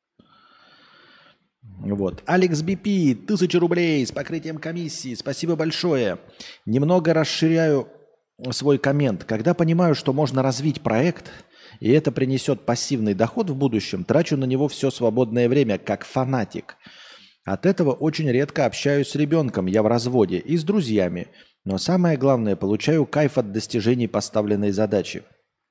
Вот. Алекс Би Пи, тысяча рублей с покрытием комиссии. Спасибо большое. Немного расширяю свой коммент. Когда понимаю, что можно развить проект, и это принесет пассивный доход в будущем, трачу на него все свободное время, как фанатик. От этого очень редко общаюсь с ребенком, я в разводе, и с друзьями. Но самое главное, получаю кайф от достижений поставленной задачи.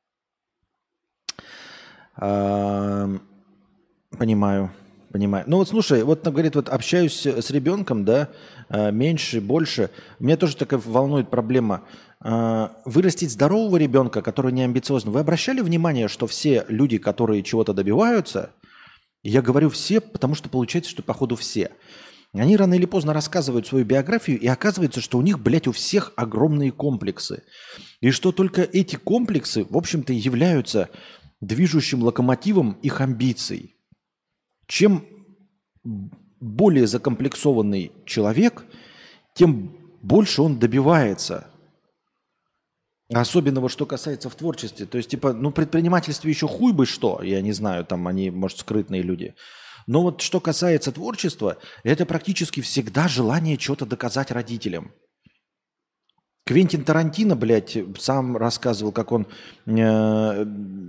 А, понимаю, понимаю. Ну вот слушай, вот там говорит, вот общаюсь с ребенком, да, меньше, больше. Меня тоже такая волнует проблема. Вырастить здорового ребенка, который не амбициозный. Вы обращали внимание, что все люди, которые чего-то добиваются, я говорю все, потому что получается, что походу все. Они рано или поздно рассказывают свою биографию, и оказывается, что у них, блядь, у всех огромные комплексы. И что только эти комплексы, в общем-то, являются движущим локомотивом их амбиций. Чем более закомплексованный человек, тем больше он добивается. Особенно вот что касается в творчестве. То есть, типа, ну, предпринимательстве еще хуй бы что, я не знаю, там они, может, скрытные люди. Но вот что касается творчества, это практически всегда желание что-то доказать родителям. Квентин Тарантино, блядь, сам рассказывал, как он э,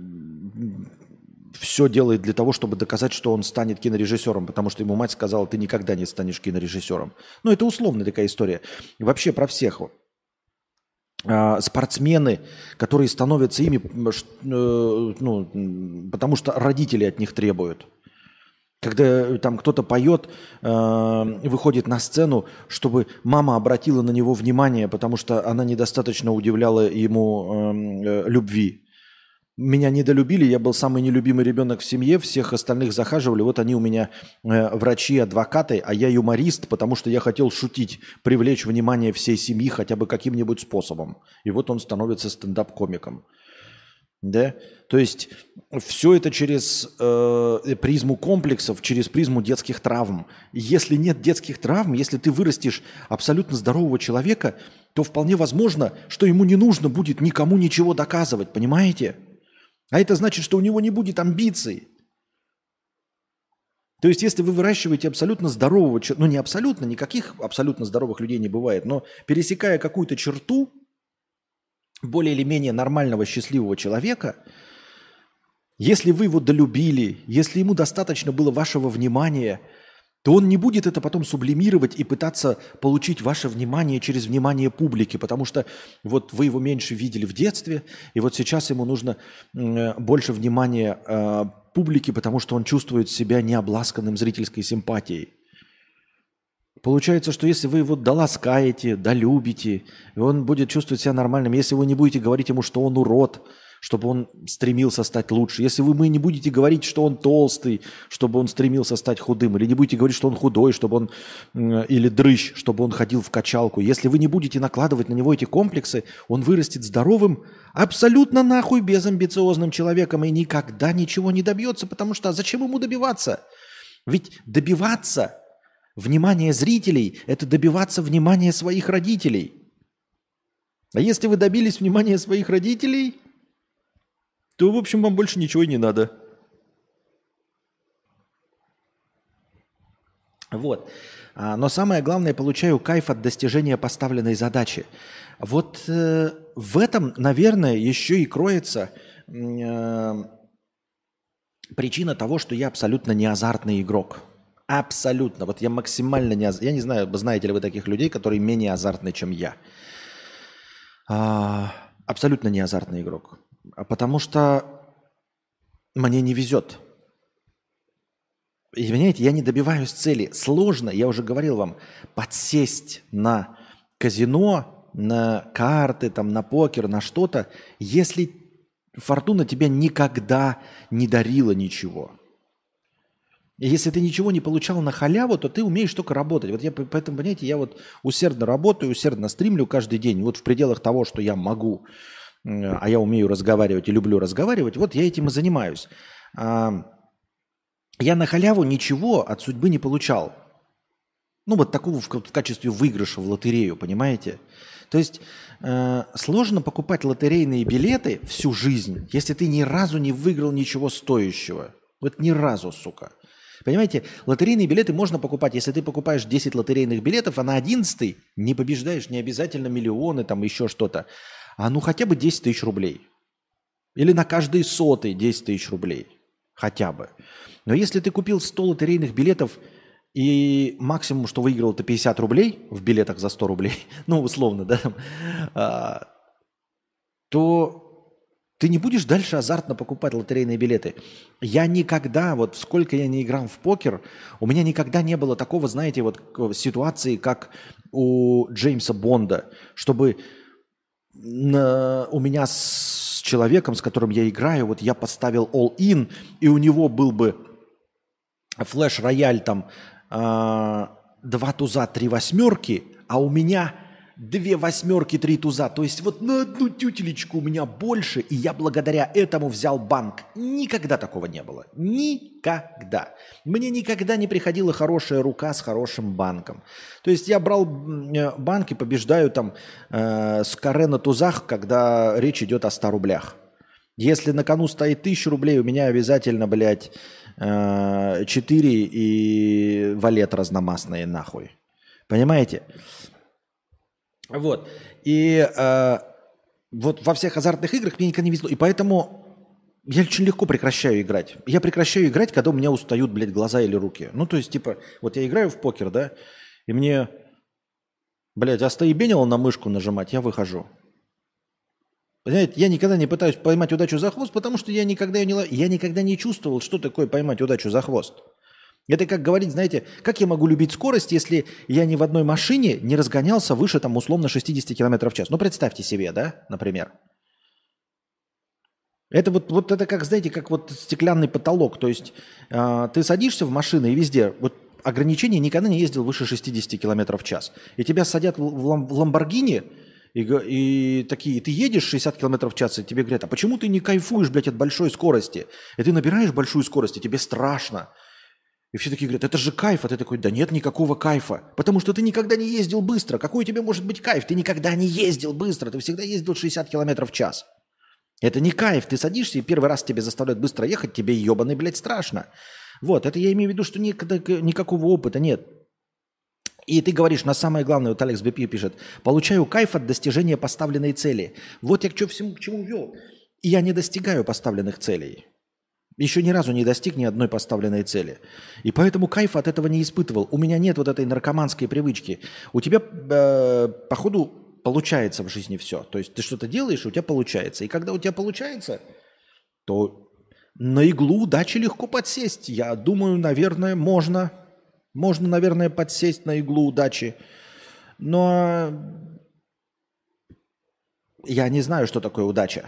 все делает для того, чтобы доказать, что он станет кинорежиссером, потому что ему мать сказала, ты никогда не станешь кинорежиссером. Ну, это условная такая история. И вообще про всех. Спортсмены, которые становятся ими, ну, потому что родители от них требуют. Когда там кто-то поет, э, выходит на сцену, чтобы мама обратила на него внимание, потому что она недостаточно удивляла ему э, любви. Меня недолюбили, я был самый нелюбимый ребенок в семье, всех остальных захаживали. Вот они у меня э, врачи, адвокаты, а я юморист, потому что я хотел шутить, привлечь внимание всей семьи хотя бы каким-нибудь способом. И вот он становится стендап-комиком. Да? То есть все это через э, призму комплексов, через призму детских травм. Если нет детских травм, если ты вырастешь абсолютно здорового человека, то вполне возможно, что ему не нужно будет никому ничего доказывать, понимаете? А это значит, что у него не будет амбиций. То есть если вы выращиваете абсолютно здорового человека, ну не абсолютно, никаких абсолютно здоровых людей не бывает, но пересекая какую-то черту, более или менее нормального, счастливого человека, если вы его долюбили, если ему достаточно было вашего внимания, то он не будет это потом сублимировать и пытаться получить ваше внимание через внимание публики, потому что вот вы его меньше видели в детстве, и вот сейчас ему нужно больше внимания э, публики, потому что он чувствует себя необласканным зрительской симпатией. Получается, что если вы его доласкаете, долюбите, и он будет чувствовать себя нормальным, если вы не будете говорить ему, что он урод, чтобы он стремился стать лучше, если вы не будете говорить, что он толстый, чтобы он стремился стать худым, или не будете говорить, что он худой, чтобы он, или дрыщ, чтобы он ходил в качалку, если вы не будете накладывать на него эти комплексы, он вырастет здоровым, абсолютно нахуй безамбициозным человеком и никогда ничего не добьется, потому что а зачем ему добиваться? Ведь добиваться внимание зрителей – это добиваться внимания своих родителей. А если вы добились внимания своих родителей, то, в общем, вам больше ничего и не надо. Вот. Но самое главное, получаю кайф от достижения поставленной задачи. Вот э, в этом, наверное, еще и кроется э, причина того, что я абсолютно не азартный игрок. Абсолютно. Вот я максимально не азартный. Я не знаю, знаете ли вы таких людей, которые менее азартны, чем я. А, абсолютно не азартный игрок. Потому что мне не везет. И, понимаете, я не добиваюсь цели. Сложно, я уже говорил вам, подсесть на казино, на карты, там, на покер, на что-то, если фортуна тебя никогда не дарила ничего. И если ты ничего не получал на халяву, то ты умеешь только работать. Вот я поэтому, понимаете, я вот усердно работаю, усердно стримлю каждый день. Вот в пределах того, что я могу, а я умею разговаривать и люблю разговаривать, вот я этим и занимаюсь. Я на халяву ничего от судьбы не получал. Ну, вот такого в качестве выигрыша в лотерею, понимаете? То есть э, сложно покупать лотерейные билеты всю жизнь, если ты ни разу не выиграл ничего стоящего. Вот ни разу, сука. Понимаете, лотерейные билеты можно покупать. Если ты покупаешь десять лотерейных билетов, а на одиннадцатый не побеждаешь, не обязательно миллионы, там еще что-то, а ну хотя бы десять тысяч рублей. Или на каждый сотый десять тысяч рублей. Хотя бы. Но если ты купил сто лотерейных билетов, и максимум, что выиграл, это пятьдесят рублей в билетах за сто рублей, ну, условно, да, а, то ты не будешь дальше азартно покупать лотерейные билеты. Я никогда, вот сколько я не играл в покер, у меня никогда не было такого, знаете, вот ситуации, как у Джеймса Бонда, чтобы на, у меня с человеком, с которым я играю, вот я поставил all-in, и у него был бы флеш-рояль там э, два туза, три восьмерки, а у меня две восьмерки, три туза. То есть вот на одну тютелечку у меня больше, и я благодаря этому взял банк. Никогда такого не было. Никогда. Мне никогда не приходила хорошая рука с хорошим банком. То есть я брал банк и побеждаю там э, с каре на тузах, когда речь идет о ста рублях. Если на кону стоит тысяча рублей, у меня обязательно, блядь, э, четыре и валет разномастные нахуй. Понимаете? Вот. И э, вот во всех азартных играх мне никогда не везло. И поэтому я очень легко прекращаю играть. Я прекращаю играть, когда у меня устают, блядь, глаза или руки. Ну, то есть, типа, вот я играю в покер, да, и мне, блядь, остоебенило на мышку нажимать, я выхожу. Понимаете, я никогда не пытаюсь поймать удачу за хвост, потому что я никогда, не, я никогда не чувствовал, что такое поймать удачу за хвост. Это как говорить, знаете, как я могу любить скорость, если я ни в одной машине не разгонялся выше, там, условно, шестьдесят километров в час. Ну, представьте себе, да, например. Это вот, вот это как, знаете, как вот стеклянный потолок. То есть э, ты садишься в машину и везде, вот ограничение никогда не ездил выше шестьдесят километров в час. И тебя садят в, в, лам- в Ламборгини, и, г- и такие, ты едешь шестьдесят километров в час, и тебе говорят, а почему ты не кайфуешь, блядь, от большой скорости? И ты набираешь большую скорость, и тебе страшно. И все такие говорят, это же кайф. А ты такой, да нет никакого кайфа. Потому что ты никогда не ездил быстро. Какой у тебя может быть кайф? Ты никогда не ездил быстро. Ты всегда ездил шестьдесят километров в час. Это не кайф. Ты садишься, и первый раз тебе заставляют быстро ехать, тебе ебаный, блядь, страшно. Вот, это я имею в виду, что никогда, никакого опыта нет. И ты говоришь, на самое главное, вот Алекс Б П пишет, получаю кайф от достижения поставленной цели. Вот я к чему, всему, к чему вел. И я не достигаю поставленных целей. Еще ни разу не достиг ни одной поставленной цели. И поэтому кайфа от этого не испытывал. У меня нет вот этой наркоманской привычки. У тебя, э, походу, получается в жизни все. То есть ты что-то делаешь, у тебя получается. И когда у тебя получается, то на иглу удачи легко подсесть. Я думаю, наверное, можно. Можно, наверное, подсесть на иглу удачи. Но я не знаю, что такое удача.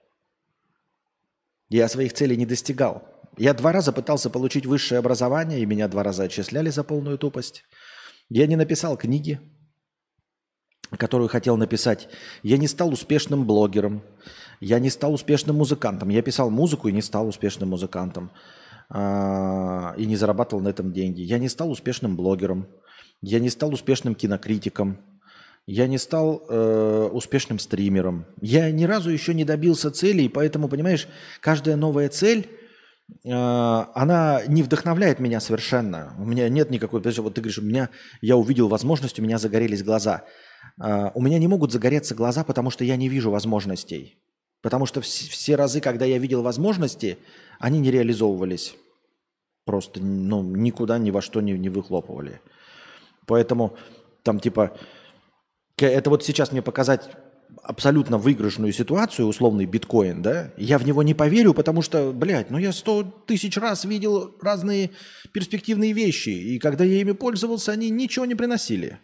Я своих целей не достигал. Я два раза пытался получить высшее образование, и меня два раза отчисляли за полную тупость. Я не написал книги, которую хотел написать. Я не стал успешным блогером. Я не стал успешным музыкантом. Я писал музыку и не стал успешным музыкантом. А, и не зарабатывал на этом деньги. Я не стал успешным блогером. Я не стал успешным кинокритиком. Я не стал э, успешным стримером. Я ни разу еще не добился цели, и поэтому, понимаешь, каждая новая цель, э, она не вдохновляет меня совершенно. У меня нет никакой... Вот ты говоришь, у меня, я увидел возможность, у меня загорелись глаза. Э, у меня не могут загореться глаза, потому что я не вижу возможностей. Потому что вс- все разы, когда я видел возможности, они не реализовывались. Просто ну, никуда, ни во что не, не выхлопывали. Поэтому там типа... Это вот сейчас мне показать абсолютно выигрышную ситуацию, условный биткоин, да, я в него не поверю, потому что, блядь, ну я сто тысяч раз видел разные перспективные вещи, и когда я ими пользовался, они ничего не приносили.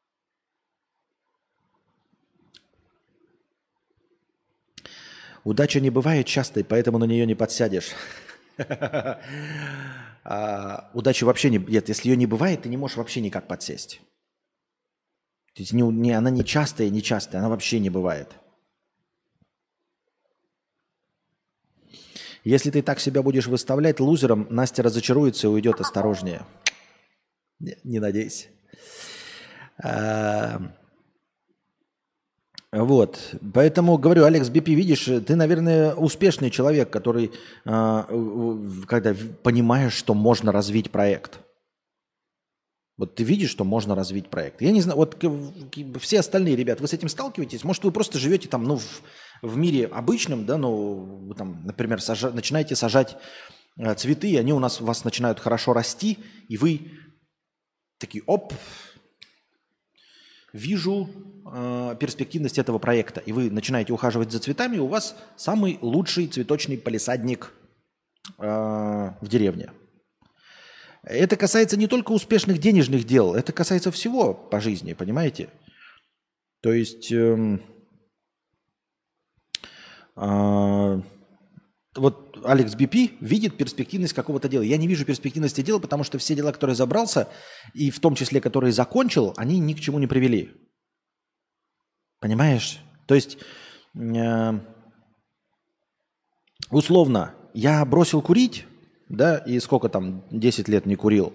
Удача не бывает частой, поэтому на нее не подсядешь. А, удачи вообще не... Нет, если ее не бывает, ты не можешь вообще никак подсесть. То есть не, не, она не частая, не частая, она вообще не бывает. Если ты так себя будешь выставлять лузером, Настя разочаруется и уйдет осторожнее. Не, не надейся. А, вот. Поэтому говорю, Алекс Би Пи, видишь, ты, наверное, успешный человек, который, а, когда понимаешь, что можно развить проект. Вот ты видишь, что можно развить проект. Я не знаю, вот все остальные ребята, вы с этим сталкиваетесь? Может, вы просто живете там, ну, в, в мире обычном, да, ну, вы там, например, сажа, начинаете сажать э, цветы, и они у нас у вас начинают хорошо расти, и вы такие, оп, вижу э, перспективность этого проекта, и вы начинаете ухаживать за цветами, и у вас самый лучший цветочный палисадник э, в деревне. Это касается не только успешных денежных дел, это касается всего по жизни, понимаете? То есть эм, э, вот Алекс Би Пи видит перспективность какого-то дела. Я не вижу перспективности дела, потому что все дела, которые забрался, и в том числе, которые закончил, они ни к чему не привели. Понимаешь? То есть э, условно, я бросил курить, да, и сколько там, десять лет не курил.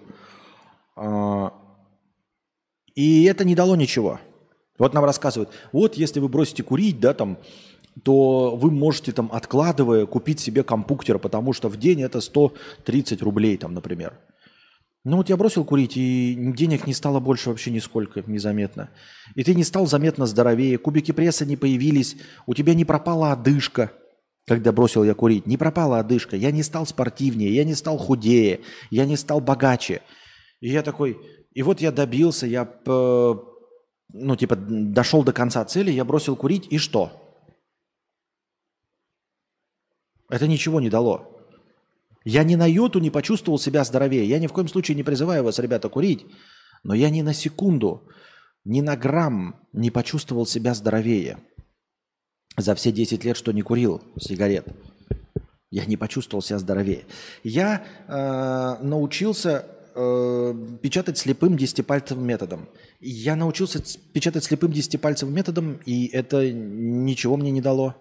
И это не дало ничего. Вот нам рассказывают, вот если вы бросите курить, да, там, то вы можете, там, откладывая, купить себе компьютер, потому что в день это сто тридцать рублей, там, например. Ну вот я бросил курить, и денег не стало больше вообще нисколько, незаметно. И ты не стал заметно здоровее, кубики пресса не появились, у тебя не пропала одышка. Когда бросил я курить, не пропала одышка, я не стал спортивнее, я не стал худее, я не стал богаче. И я такой, и вот я добился, я, ну, типа, дошел до конца цели, я бросил курить, и что? Это ничего не дало. Я ни на йоту не почувствовал себя здоровее. Я ни в коем случае не призываю вас, ребята, курить, но я ни на секунду, ни на грамм не почувствовал себя здоровее за все десять лет, что не курил сигарет. Я не почувствовал себя здоровее. Я э, научился э, печатать слепым десятипальцевым методом. Я научился печатать слепым десятипальцевым методом, и это ничего мне не дало.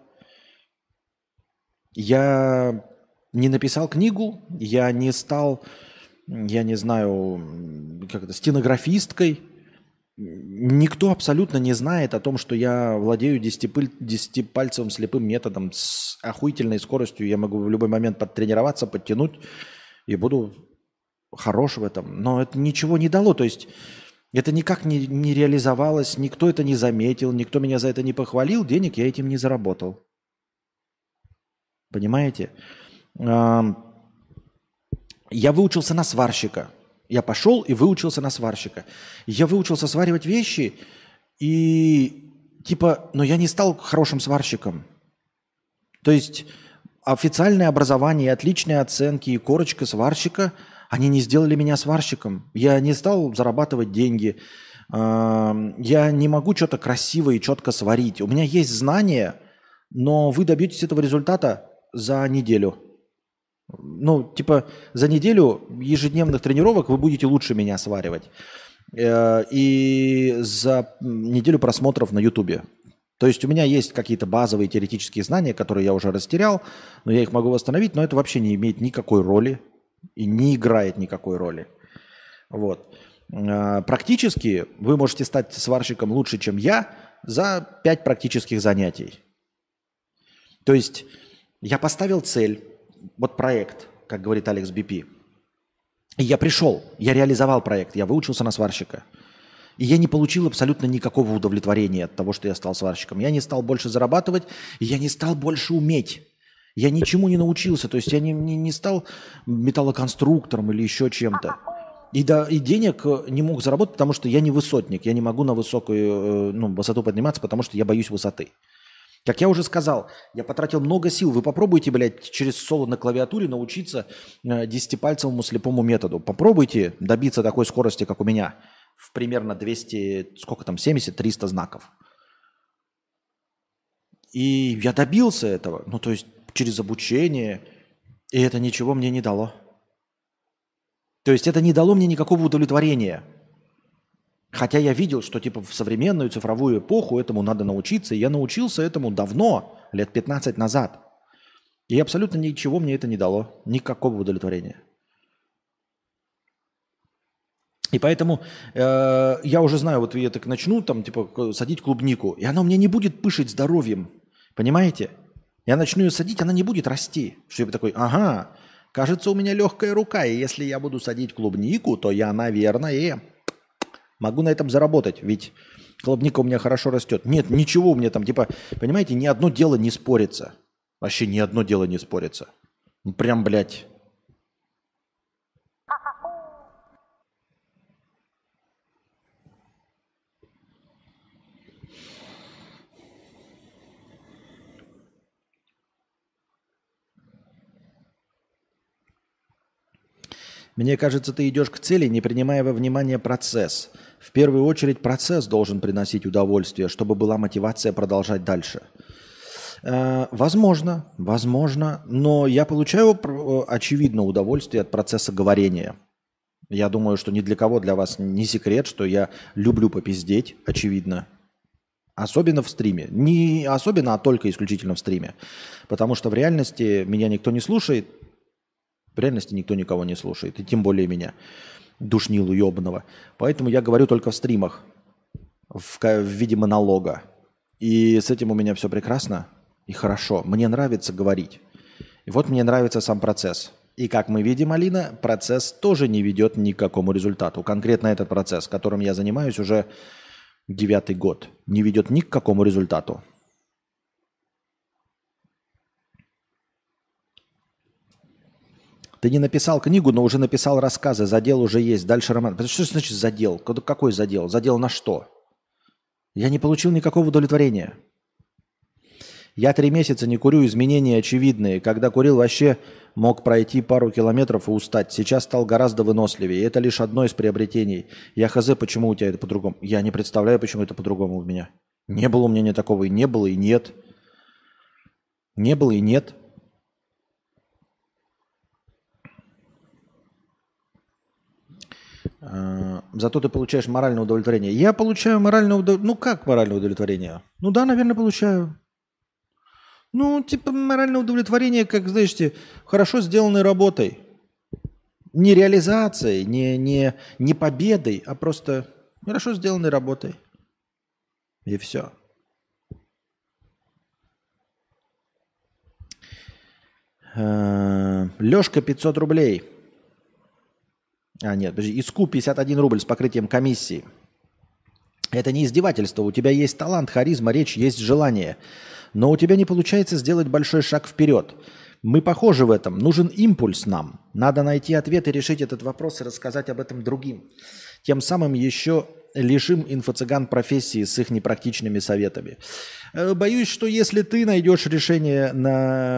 Я не написал книгу, я не стал, я не знаю, как это, стенографисткой. Никто абсолютно не знает о том, что я владею десятипальцевым слепым методом с охуительной скоростью. Я могу в любой момент подтренироваться, подтянуть и буду хорош в этом. Но это ничего не дало. То есть это никак не, не реализовалось, никто это не заметил, никто меня за это не похвалил, денег я этим не заработал. Понимаете? Я выучился на сварщика. Я пошел и выучился на сварщика. Я выучился сваривать вещи, и типа, но я не стал хорошим сварщиком. То есть официальное образование, отличные оценки и корочка сварщика, они не сделали меня сварщиком. Я не стал зарабатывать деньги. Я не могу что-то красиво и четко сварить. У меня есть знания, но вы добьетесь этого результата за неделю. Ну, типа, за неделю ежедневных тренировок вы будете лучше меня сваривать. И за неделю просмотров на Ютубе. То есть у меня есть какие-то базовые теоретические знания, которые я уже растерял, но я их могу восстановить, но это вообще не имеет никакой роли и не играет никакой роли. Вот. Практически вы можете стать сварщиком лучше, чем я, за пять практических занятий. То есть я поставил цель, вот проект, как говорит Алекс Би Пи. И я пришел, я реализовал проект, я выучился на сварщика. И я не получил абсолютно никакого удовлетворения от того, что я стал сварщиком. Я не стал больше зарабатывать, и я не стал больше уметь. Я ничему не научился, то есть я не, не, не стал металлоконструктором или еще чем-то. И, да, и денег не мог заработать, потому что я не высотник, я не могу на высокую ну, высоту подниматься, потому что я боюсь высоты. Как я уже сказал, я потратил много сил. Вы попробуйте, блядь, через соло на клавиатуре научиться десятипальцевому слепому методу. Попробуйте добиться такой скорости, как у меня, в примерно двести, сколько там, семьдесят триста знаков. И я добился этого, ну то есть через обучение, и это ничего мне не дало. То есть это не дало мне никакого удовлетворения. Хотя я видел, что типа в современную цифровую эпоху этому надо научиться, и я научился этому давно, лет пятнадцать назад. И абсолютно ничего мне это не дало, никакого удовлетворения. И поэтому э, я уже знаю, вот я так начну там типа садить клубнику, и она у меня не будет пышить здоровьем, понимаете? Я начну ее садить, она не будет расти. Что я такой, ага, кажется, у меня легкая рука, и если я буду садить клубнику, то я, наверное... могу на этом заработать, ведь клубника у меня хорошо растет. Нет, ничего у меня там, типа, понимаете, ни одно дело не спорится. Вообще ни одно дело не спорится. Ну, прям, блядь. Мне кажется, ты идешь к цели, не принимая во внимание процесс. В первую очередь процесс должен приносить удовольствие, чтобы была мотивация продолжать дальше. Э, возможно, возможно, но я получаю очевидно удовольствие от процесса говорения. Я думаю, что ни для кого для вас не секрет, что я люблю попиздеть, очевидно. Особенно в стриме. Не особенно, а только исключительно в стриме. Потому что в реальности меня никто не слушает. В реальности никто никого не слушает. И тем более меня, душнилу ебаного. Поэтому я говорю только в стримах. В, в виде монолога. И с этим у меня все прекрасно и хорошо. Мне нравится говорить. И вот мне нравится сам процесс. И как мы видим, Алина, процесс тоже не ведет ни к какому результату. Конкретно этот процесс, которым я занимаюсь уже девятый год, не ведет ни к какому результату. Ты не написал книгу, но уже написал рассказы, задел уже есть, дальше роман. Что значит задел? Какой задел? Задел на что? Я не получил никакого удовлетворения. Я три месяца не курю, изменения очевидные. Когда курил, вообще мог пройти пару километров и устать. Сейчас стал гораздо выносливее. Это лишь одно из приобретений. Я хз, почему у тебя это по-другому. Я не представляю, почему это по-другому у меня. Не было у меня ни такого, и не было, и нет. Не было, и нет. Зато ты получаешь моральное удовлетворение. Я получаю моральное удовлетворение. Ну как моральное удовлетворение? Ну да, наверное, получаю. Ну, типа моральное удовлетворение, как, знаете, хорошо сделанной работой. Не реализацией, не, не, не победой, а просто хорошо сделанной работой. И все. Лешка, пятьсот рублей. А, нет, подожди. Иску пятьдесят один рубль с покрытием комиссии. Это не издевательство. У тебя есть талант, харизма, речь, есть желание. Но у тебя не получается сделать большой шаг вперед. Мы похожи в этом. Нужен импульс нам. Надо найти ответ и решить этот вопрос и рассказать об этом другим. Тем самым еще лишим инфо-цыган профессии с их непрактичными советами. Боюсь, что если ты найдешь решение на,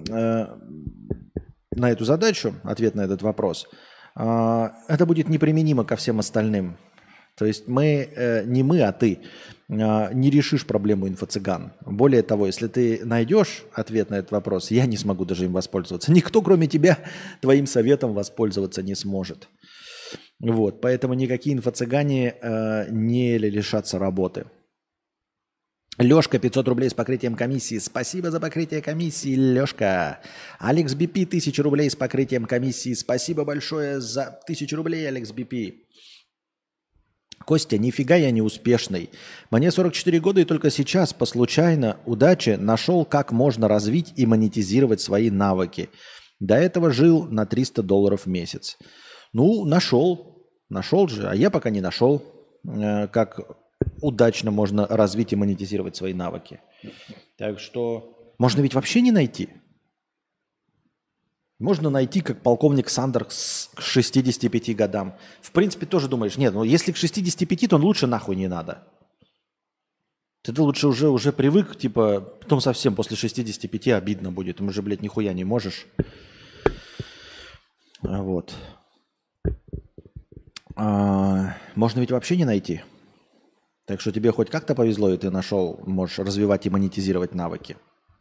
на эту задачу, ответ на этот вопрос, это будет неприменимо ко всем остальным. То есть мы, не мы, а ты не решишь проблему инфо-цыган. Более того, если ты найдешь ответ на этот вопрос, я не смогу даже им воспользоваться. Никто, кроме тебя, твоим советом воспользоваться не сможет. Вот, поэтому никакие инфо-цыгане не лишатся работы. Лешка, пятьсот рублей с покрытием комиссии. Спасибо за покрытие комиссии, Лешка. Алекс Би Пи, тысяча рублей с покрытием комиссии. Спасибо большое за тысячу рублей, Алекс Би Пи. Костя, нифига я не успешный. Мне сорок четыре года, и только сейчас, по случайно, удаче, нашел, как можно развить и монетизировать свои навыки. До этого жил на триста долларов в месяц. Ну, нашел. Нашел же, а я пока не нашел, как удачно можно развить и монетизировать свои навыки. Так что можно ведь вообще не найти. Можно найти, как полковник Сандерс к шестидесяти пяти годам. В принципе, тоже думаешь, нет, ну если к шестидесяти пяти, то лучше нахуй не надо. Ты лучше уже, уже привык, типа, потом совсем после шестидесяти пяти обидно будет. Ты уже, блядь, нихуя не можешь. Вот. А, можно ведь вообще не найти. Так что тебе хоть как-то повезло, и ты нашел, можешь развивать и монетизировать навыки.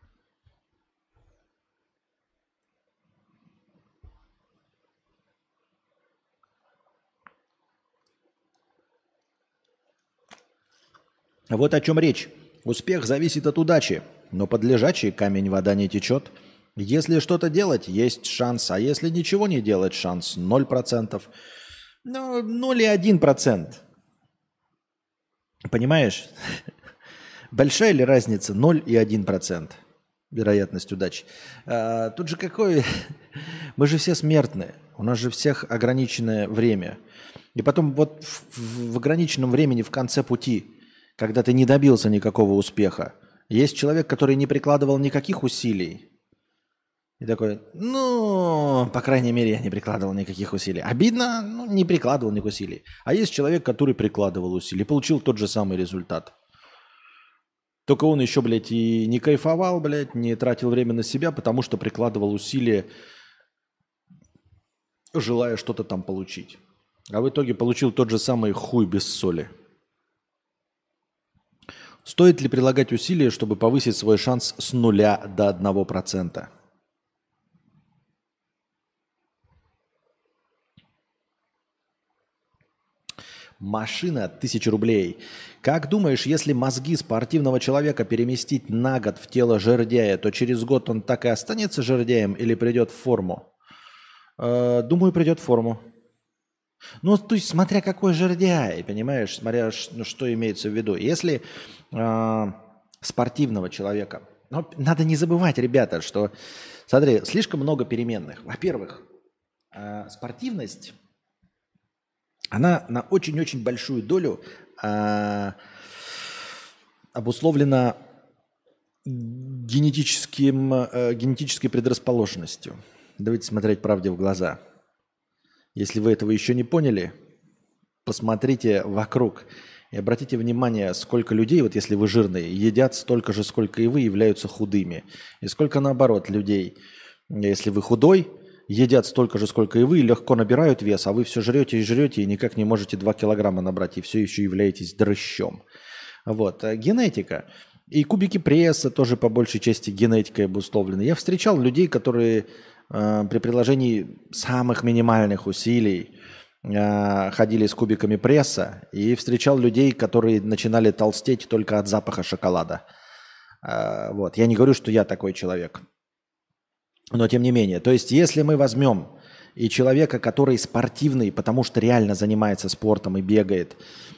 Вот о чем речь. Успех зависит от удачи, но под лежачий камень вода не течет. Если что-то делать, есть шанс, а если ничего не делать, шанс ноль процентов. Ну, ноль и один процент. Понимаешь? Большая ли разница ноль и один процент вероятность удачи? А, тут же какой... Мы же все смертные. У нас же всех ограниченное время. И потом вот в, в ограниченном времени в конце пути, когда ты не добился никакого успеха, есть человек, который не прикладывал никаких усилий. И такой, ну, по крайней мере, я не прикладывал никаких усилий. Обидно, ну, не прикладывал никаких усилий. А есть человек, который прикладывал усилия, получил тот же самый результат. Только он еще, блядь, и не кайфовал, блядь, не тратил время на себя, потому что прикладывал усилия, желая что-то там получить. А в итоге получил тот же самый хуй без соли. Стоит ли прилагать усилия, чтобы повысить свой шанс с нуля до одного процента? Машина, тысяча рублей. Как думаешь, если мозги спортивного человека переместить на год в тело жердяя, то через год он так и останется жердяем или придет в форму? Э, думаю, придет в форму. Ну, то есть, смотря какой жердяй, понимаешь, смотря, ну, что имеется в виду. Если э, спортивного человека... Ну, надо не забывать, ребята, что, смотри, слишком много переменных. Во-первых, э, спортивность... Она на очень-очень большую долю а, обусловлена генетическим, а, генетической предрасположенностью. Давайте смотреть правде в глаза. Если вы этого еще не поняли, посмотрите вокруг. И обратите внимание, сколько людей, вот если вы жирные, едят столько же, сколько и вы, являются худыми. И сколько наоборот людей, если вы худой, едят столько же, сколько и вы, легко набирают вес, а вы все жрете и жрете, и никак не можете два килограмма набрать, и все еще являетесь дрыщом. Вот. Генетика. И кубики пресса тоже по большей части генетикой обусловлены. Я встречал людей, которые э, при приложении самых минимальных усилий э, ходили с кубиками пресса, и встречал людей, которые начинали толстеть только от запаха шоколада. Э, вот. Я не говорю, что я такой человек. Но тем не менее. То есть если мы возьмем и человека, который спортивный, потому что реально занимается спортом и бегает,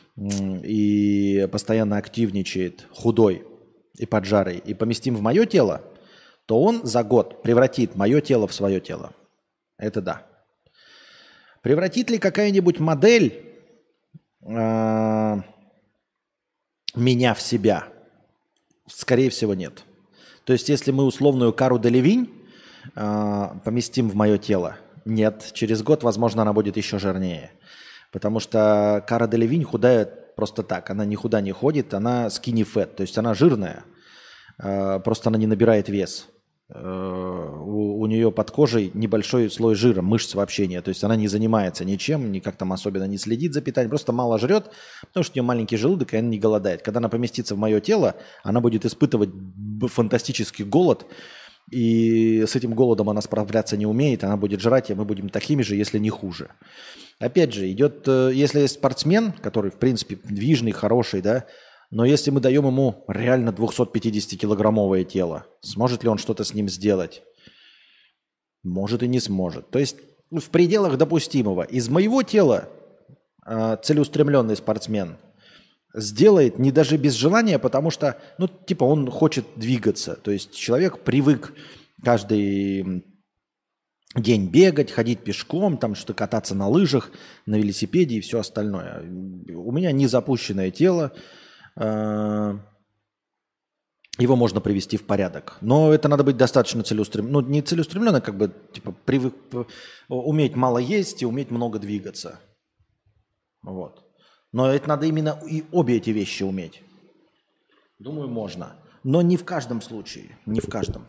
и постоянно активничает, худой и поджарый, и поместим в мое тело, то он за год превратит мое тело в свое тело. Это да. Превратит ли какая-нибудь модель э, меня в себя? Скорее всего, нет. То есть, если мы условную Кару Делевинь э, поместим в мое тело, нет. Через год, возможно, она будет еще жирнее. Потому что Кара Делевинь худая просто так. Она ни худа не ходит, она skinny fat. То есть она жирная, э, просто она не набирает вес. Э, у, у нее под кожей небольшой слой жира, мышц вообще нет. То есть она не занимается ничем, никак там особенно не следит за питанием, просто мало жрет, потому что у нее маленький желудок, и она не голодает. Когда она поместится в мое тело, она будет испытывать фантастический голод, и с этим голодом она справляться не умеет, она будет жрать, и мы будем такими же, если не хуже. Опять же, идет, если есть спортсмен, который, в принципе, движный, хороший, да, но если мы даем ему реально двухсотпятидесятикилограммовое тело, сможет ли он что-то с ним сделать? Может и не сможет. То есть в пределах допустимого. Из моего тела э, целеустремленный спортсмен сделает не даже без желания, потому что, ну, типа, он хочет двигаться. То есть человек привык каждый день бегать, ходить пешком, там что-то кататься на лыжах, на велосипеде и все остальное. У меня не запущенное тело, его можно привести в порядок. Но это надо быть достаточно целеустремленно. Ну, не целеустремленно, как бы, типа, привык, уметь мало есть и уметь много двигаться. Вот. Но это надо именно и обе эти вещи уметь. Думаю, можно. Но не в каждом случае. Не в каждом.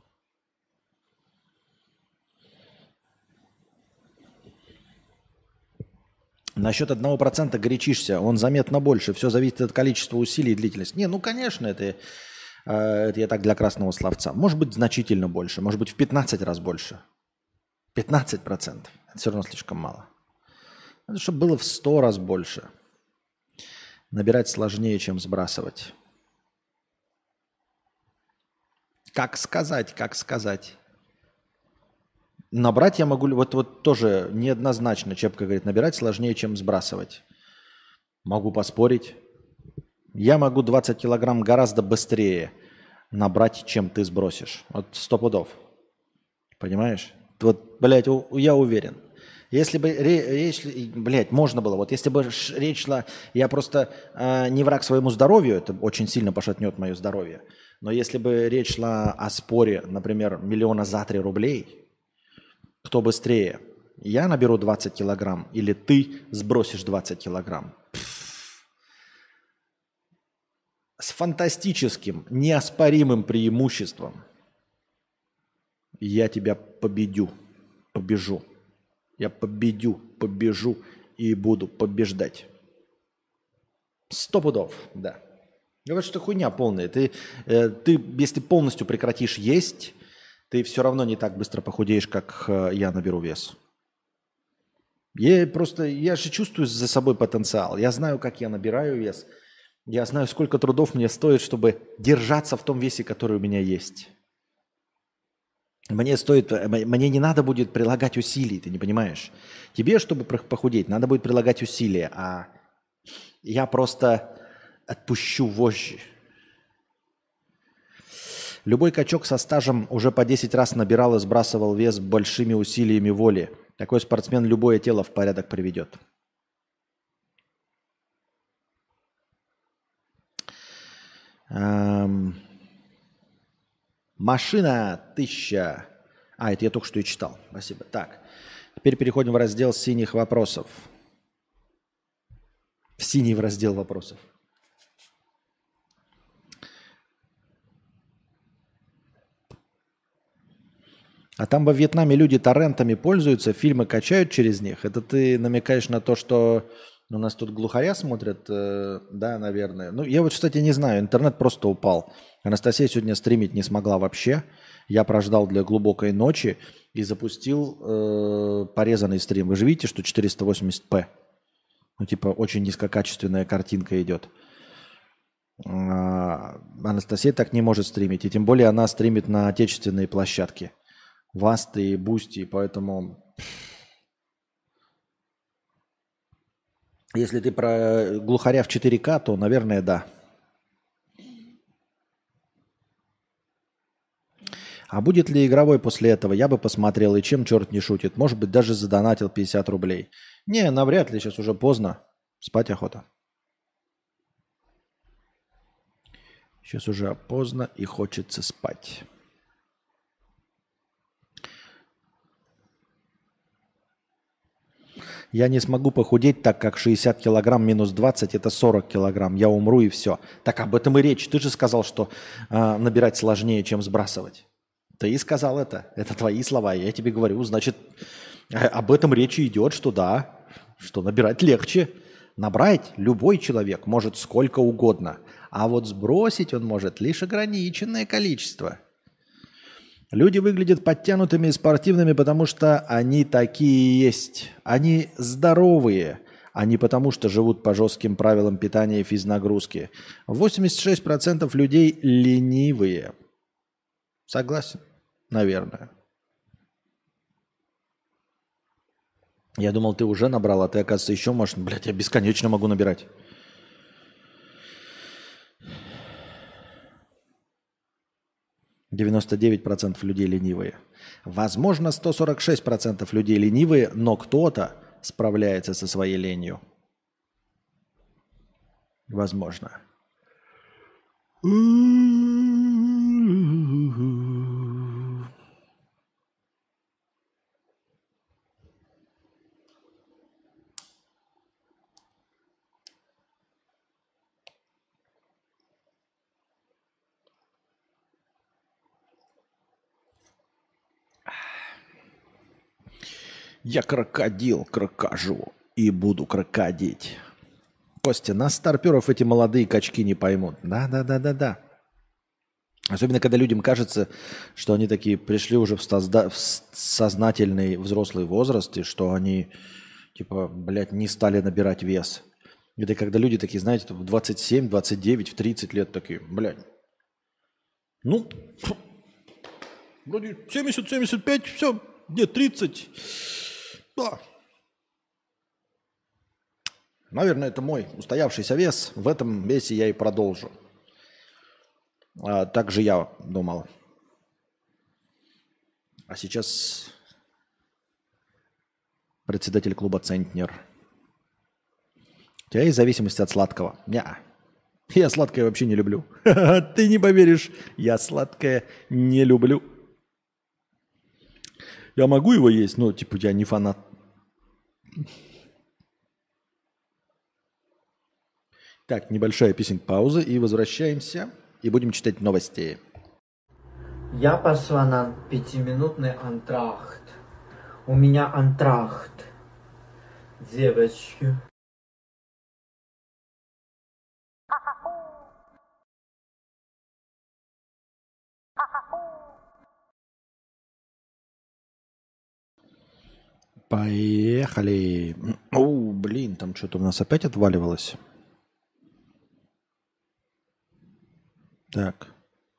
Насчет одного процента горячишься, он заметно больше. Все зависит от количества усилий и длительности. Не, ну, конечно, это, это я так для красного словца. Может быть, значительно больше. Может быть, в пятнадцать раз больше. пятнадцать процентов. Это все равно слишком мало. Надо, чтобы было в сто раз больше. Набирать сложнее, чем сбрасывать. Как сказать, как сказать? Набрать я могу, вот, вот тоже неоднозначно, Чепка говорит, набирать сложнее, чем сбрасывать. Могу поспорить. Я могу двадцать килограмм гораздо быстрее набрать, чем ты сбросишь. Вот сто пудов. Понимаешь? Вот, блядь, я уверен. Если бы речь, блядь, можно было, вот если бы речь шла, я просто э, не враг своему здоровью, это очень сильно пошатнет мое здоровье, но если бы речь шла о споре, например, миллиона за три рублей, кто быстрее? Я наберу двадцать килограмм или ты сбросишь двадцать килограмм? Пфф. С фантастическим, неоспоримым преимуществом я тебя победю, побежу. Я победю, побежу и буду побеждать. Сто пудов, да. Говорят, что хуйня полная. Ты, э, ты, если полностью прекратишь есть, ты все равно не так быстро похудеешь, как э, я наберу вес. Я просто, я же чувствую за собой потенциал. Я знаю, как я набираю вес. Я знаю, сколько трудов мне стоит, чтобы держаться в том весе, который у меня есть. Мне стоит, мне не надо будет прилагать усилий, ты не понимаешь? Тебе, чтобы похудеть, надо будет прилагать усилия, а я просто отпущу вожжи. Любой качок со стажем уже по десять раз набирал и сбрасывал вес большими усилиями воли. Такой спортсмен любое тело в порядок приведет. Эм... Машина тысяча. А, это я только что и читал. Спасибо. Так, теперь переходим в раздел синих вопросов. В синий в раздел вопросов. А там во Вьетнаме люди торрентами пользуются, фильмы качают через них. Это ты намекаешь на то, что у нас тут глухаря смотрят? Э, да, наверное. Ну, я вот, кстати, не знаю. Интернет просто упал. Анастасия сегодня стримить не смогла вообще. Я прождал для глубокой ночи и запустил э, порезанный стрим. Вы же видите, что четыреста восемьдесят пэ? Ну, типа, очень низкокачественная картинка идет. А, Анастасия так не может стримить. И тем более она стримит на отечественные площадки. Васты и Бусти, поэтому... Если ты про глухаря в четыре ка, то, наверное, да. А будет ли игровой после этого? Я бы посмотрел, и чем черт не шутит. Может быть, даже задонатил пятьдесят рублей. Не, навряд ли, сейчас уже поздно. Спать охота. Сейчас уже поздно и хочется спать. Я не смогу похудеть, так как шестьдесят килограмм минус двадцать – это сорок килограмм. Я умру и все. Так об этом и речь. Ты же сказал, что э, набирать сложнее, чем сбрасывать. Ты и сказал это. Это твои слова. Я тебе говорю, значит, э, об этом речь идет, что да, что набирать легче. Набрать любой человек может сколько угодно. А вот сбросить он может лишь ограниченное количество. Люди выглядят подтянутыми и спортивными, потому что они такие есть. Они здоровые, а не потому что живут по жестким правилам питания и физнагрузки. восемьдесят шесть процентов людей ленивые. Согласен? Наверное. Я думал, ты уже набрал, а ты, оказывается, еще можешь... Блядь, я бесконечно могу набирать. девяносто девять процентов людей ленивые. Возможно, сто сорок шесть процентов людей ленивые, но кто-то справляется со своей ленью. Возможно. Я крокодил, крокожу и буду крокодить. Костя, нас старперов эти молодые качки не поймут. Да-да-да-да-да. Особенно, когда людям кажется, что они такие пришли уже в, созда- в сознательный взрослый возраст, и что они, типа, блядь, не стали набирать вес. Это когда люди такие, знаете, в двадцать семь, двадцать девять, в тридцать лет такие, блядь. Ну, вроде семьдесят семьдесят пять, все, нет, тридцать. Да. Наверное, это мой устоявшийся вес. В этом весе я и продолжу. А, так же я думал. А сейчас председатель клуба «Центнер». У тебя есть зависимость от сладкого? Неа. Я сладкое вообще не люблю. Ты не поверишь, я сладкое не люблю. Я могу его есть, но типа я не фанат. Так, небольшая песен-пауза и возвращаемся. И будем читать новости. Я пошла на пятиминутный антрахт. У меня антрахт. Девочки. Поехали. О, блин, там что-то у нас опять отваливалось. Так.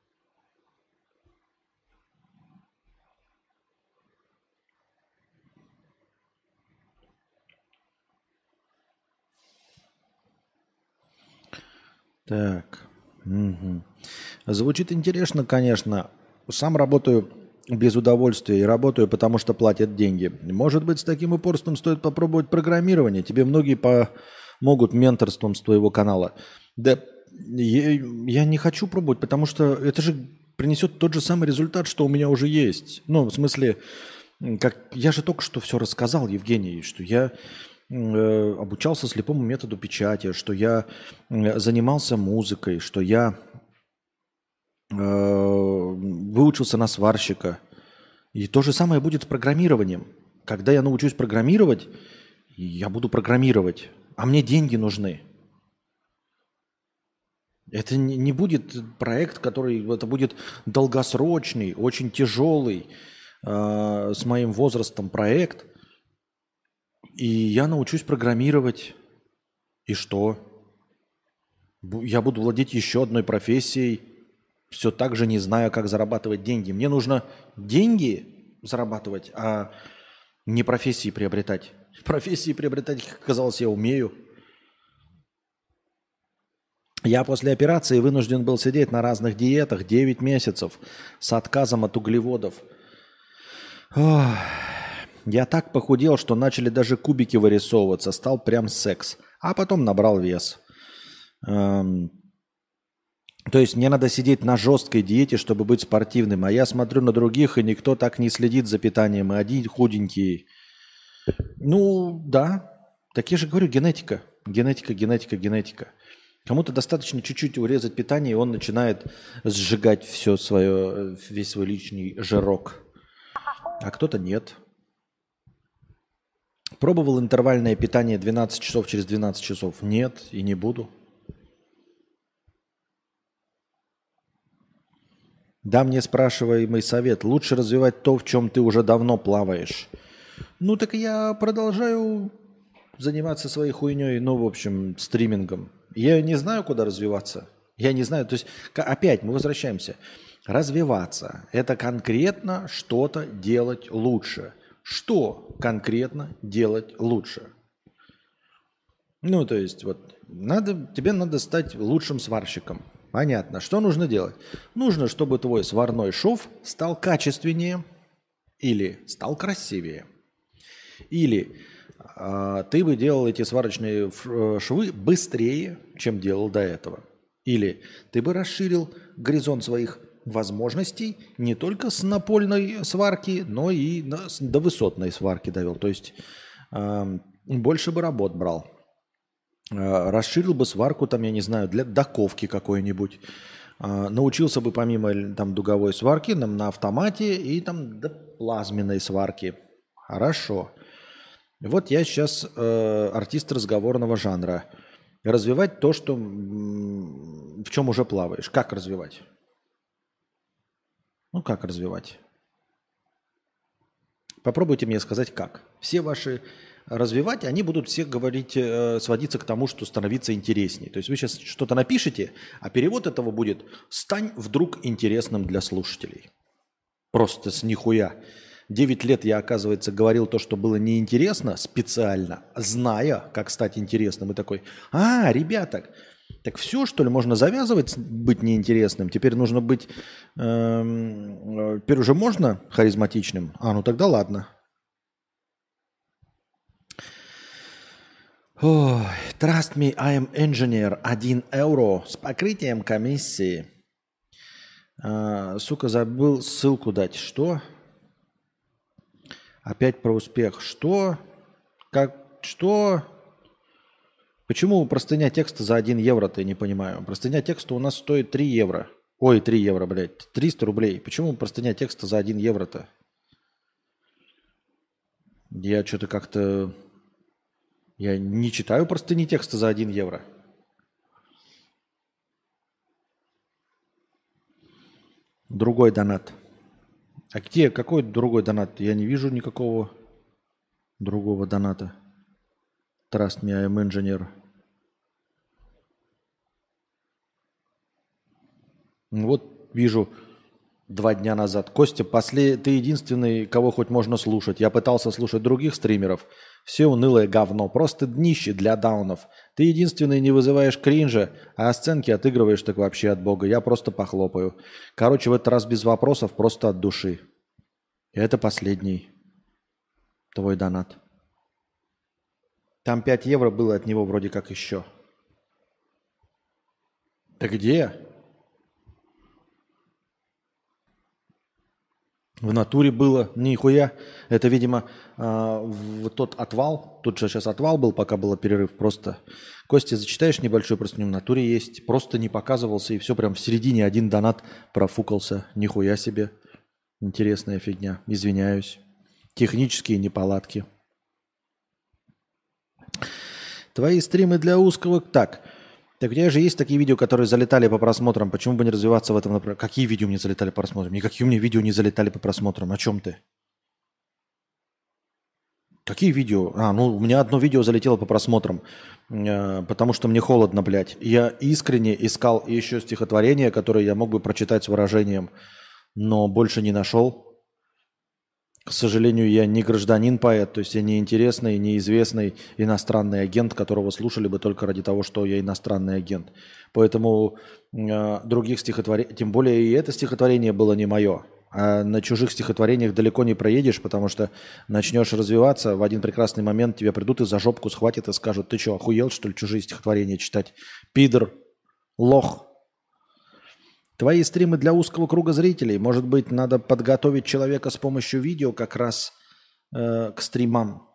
Так. Угу. Звучит интересно, конечно. Сам работаю без удовольствия и работаю, потому что платят деньги. Может быть, с таким упорством стоит попробовать программирование. Тебе многие помогут менторством с твоего канала. Да, я, я не хочу пробовать, потому что это же принесет тот же самый результат, что у меня уже есть. Ну, в смысле, как я же только что все рассказал, Евгений, что я э, обучался слепому методу печати, что я э, занимался музыкой, что я э, выучился на сварщика. И то же самое будет с программированием. Когда я научусь программировать, я буду программировать, а мне деньги нужны. Это не не будет проект, который, это будет долгосрочный, очень тяжелый э, с моим возрастом проект. И я научусь программировать. И что? Бу- Я буду владеть еще одной профессией, все так же не зная, как зарабатывать деньги. Мне нужно деньги зарабатывать, а не профессии приобретать. Профессии приобретать, как оказалось, я умею. Я после операции вынужден был сидеть на разных диетах девять месяцев с отказом от углеводов. Ох, я так похудел, что начали даже кубики вырисовываться. Стал прям секс. А потом набрал вес. Эм, То есть мне надо сидеть на жесткой диете, чтобы быть спортивным. А я смотрю на других, и никто так не следит за питанием. И одни худенькие. Ну, да. Так я же говорю, генетика. Генетика, генетика, генетика. Кому-то достаточно чуть-чуть урезать питание, и он начинает сжигать все свое, весь свой личный жирок. А кто-то нет. Пробовал интервальное питание двенадцать часов через двенадцать часов? Нет, и не буду. Да, мне спрашиваемый совет. Лучше развивать то, в чем ты уже давно плаваешь. Ну, так я продолжаю заниматься своей хуйней, ну, в общем, стримингом. Я не знаю, куда развиваться. Я не знаю, то есть, ка- опять мы возвращаемся. Развиваться– это конкретно что-то делать лучше. Что конкретно делать лучше? Ну, то есть, вот, надо, тебе надо стать лучшим сварщиком. Понятно. Что нужно делать? Нужно, чтобы твой сварной шов стал качественнее или стал красивее. Или а, ты бы делал эти сварочные ф- э, швы быстрее, чем делал до этого. Или ты бы расширил горизонт своих возможностей не только с напольной сварки, но и на- с- до высотной сварки довел. То есть ам, больше бы работ брал. А, расширил бы сварку, там, я не знаю, для доковки какой-нибудь. А, научился бы помимо л- там дуговой сварки нам на автомате и там до плазменной сварки. Хорошо. Вот я сейчас э, артист разговорного жанра. Развивать то, что м, в чем уже плаваешь. Как развивать? Ну, как развивать? Попробуйте мне сказать, как. Все ваши развивать, они будут все говорить, э, сводиться к тому, что становиться интереснее. То есть вы сейчас что-то напишете, а перевод этого будет «стань вдруг интересным для слушателей». Просто с нихуя. Девять лет я, оказывается, говорил то, что было неинтересно, специально, зная, как стать интересным. И такой, а, ребята, так все, что ли, можно завязывать, с- быть неинтересным? Теперь нужно быть, эм, э, теперь уже можно харизматичным? А, ну тогда ладно. Ой, trust me, I am engineer. Один евро с покрытием комиссии. А, сука, забыл ссылку дать. Что? Опять про успех. Что? Как? Что? Почему простыня текста за один евро-то, я не понимаю. Простыня текста у нас стоит три евро. Ой, три евро, блядь. триста рублей. Почему простыня текста за один евро-то? Я что-то как-то... Я не читаю простыни текста за один евро. Другой донат. А где? Какой другой донат? Я не вижу никакого другого доната. Trust me, I am engineer. Ну вот вижу два дня назад. Костя, после... ты единственный, кого хоть можно слушать. Я пытался слушать других стримеров. Все унылое говно. Просто днище для даунов. Ты единственный не вызываешь кринжа, а сценки отыгрываешь так вообще от бога. Я просто похлопаю. Короче, в этот раз без вопросов, просто от души. И это последний твой донат. Там пять евро было от него вроде как еще. Да где? В натуре было, нихуя. Это, видимо, а, в тот отвал. Тут же сейчас отвал был, пока был перерыв. Просто, Костя, зачитаешь небольшой простыню? В натуре есть. Просто не показывался, и все прям в середине один донат профукался. Нихуя себе. Интересная фигня. Извиняюсь. Технические неполадки. Твои стримы для узкого... Так. Так у тебя же есть такие видео, которые залетали по просмотрам. Почему бы не развиваться в этом направлении? Какие видео мне залетали по просмотрам? Никакие у меня видео не залетали по просмотрам. О чем ты? Какие видео? А, ну у меня одно видео залетело по просмотрам, э, потому что мне холодно, блядь. Я искренне искал еще стихотворение, которое я мог бы прочитать с выражением, но больше не нашел. К сожалению, я не гражданин-поэт, то есть я не интересный, неизвестный иностранный агент, которого слушали бы только ради того, что я иностранный агент. Поэтому э, других стихотворений, тем более и это стихотворение было не мое. А на чужих стихотворениях далеко не проедешь, потому что начнешь развиваться, в один прекрасный момент тебя придут и за жопку схватят и скажут: ты что, охуел, что ли, чужие стихотворения читать? Пидор, лох. Твои стримы для узкого круга зрителей. Может быть, надо подготовить человека с помощью видео как раз э, к стримам.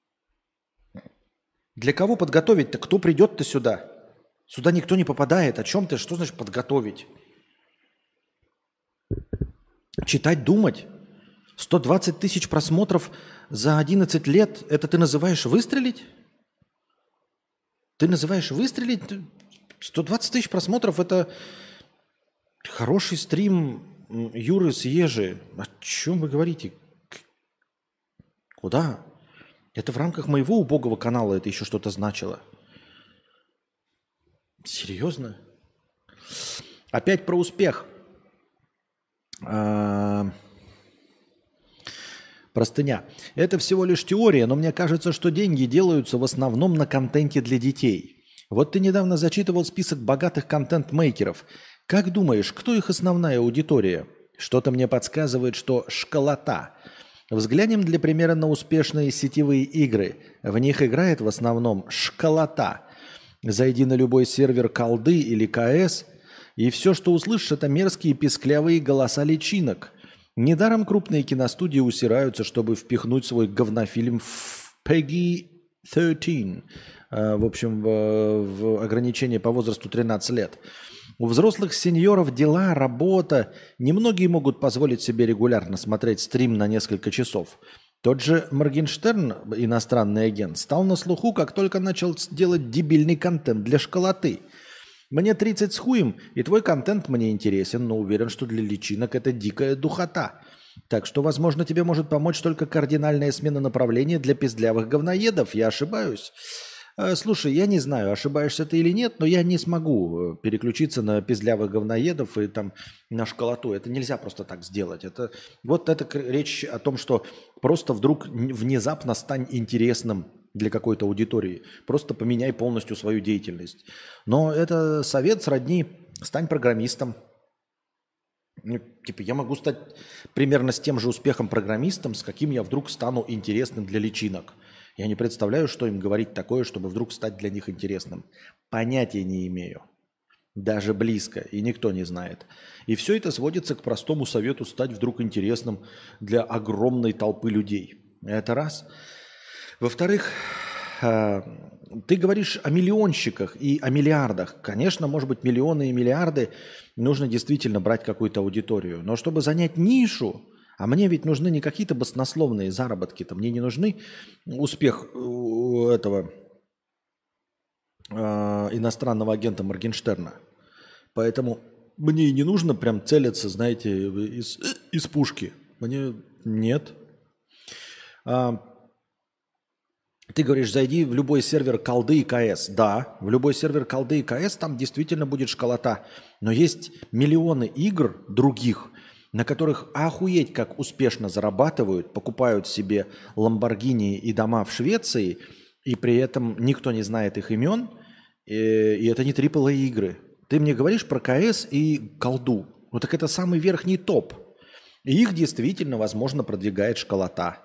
Для кого подготовить-то? Кто придет-то сюда? Сюда никто не попадает. О чем ты? Что значит подготовить? Читать, думать? сто двадцать тысяч просмотров за одиннадцать лет. Это ты называешь выстрелить? Ты называешь выстрелить? сто двадцать тысяч просмотров – это... Хороший стрим Юры с Ежи. О чем вы говорите? Куда? Это в рамках моего убогого канала это еще что-то значило. Серьезно? Опять про успех. А... Простыня. Это всего лишь теория, но мне кажется, что деньги делаются в основном на контенте для детей. Вот ты недавно зачитывал список богатых контент-мейкеров. Как думаешь, кто их основная аудитория? Что-то мне подсказывает, что школота. Взглянем для примера на успешные сетевые игры. В них играет в основном школота. Зайди на любой сервер колды или КС, и все, что услышишь, это мерзкие писклявые голоса личинок. Недаром крупные киностудии усираются, чтобы впихнуть свой говнофильм в Peggy тринадцать. В общем, в, в ограничение по возрасту тринадцать лет. У взрослых сеньоров дела, работа. Немногие могут позволить себе регулярно смотреть стрим на несколько часов. Тот же Моргенштерн, иностранный агент, стал на слуху, как только начал делать дебильный контент для школоты. Мне тридцать с хуем, и твой контент мне интересен, но уверен, что для личинок это дикая духота. Так что, возможно, тебе может помочь только кардинальная смена направления для пиздлявых говноедов. Я ошибаюсь? Слушай, я не знаю, ошибаешься ты или нет, но я не смогу переключиться на пиздлявых говноедов и там на школоту. Это нельзя просто так сделать. Это, вот это речь о том, что просто вдруг внезапно стань интересным для какой-то аудитории. Просто поменяй полностью свою деятельность. Но это совет сродни «стань программистом». Ну, типа я могу стать примерно с тем же успехом программистом, с каким я вдруг стану интересным для личинок. Я не представляю, что им говорить такое, чтобы вдруг стать для них интересным. Понятия не имею. Даже близко. И никто не знает. И все это сводится к простому совету стать вдруг интересным для огромной толпы людей. Это раз. Во-вторых, ты говоришь о миллионщиках и о миллиардах. Конечно, может быть, миллионы и миллиарды нужно действительно брать какую-то аудиторию. Но чтобы занять нишу... А мне ведь нужны не какие-то баснословные заработки-то. Мне не нужны успех этого э, иностранного агента Моргенштерна. Поэтому мне и не нужно прям целиться, знаете, из, из пушки. Мне нет. А, ты говоришь, зайди в любой сервер колды и КС. Да, в любой сервер колды и КС там действительно будет школота. Но есть миллионы игр других, на которых охуеть как успешно зарабатывают, покупают себе Ламборгини и дома в Швеции, и при этом никто не знает их имен, и, и это не трипл эй игры. Ты мне говоришь про КС и колду. Ну так это самый верхний топ. И их действительно, возможно, продвигает школота.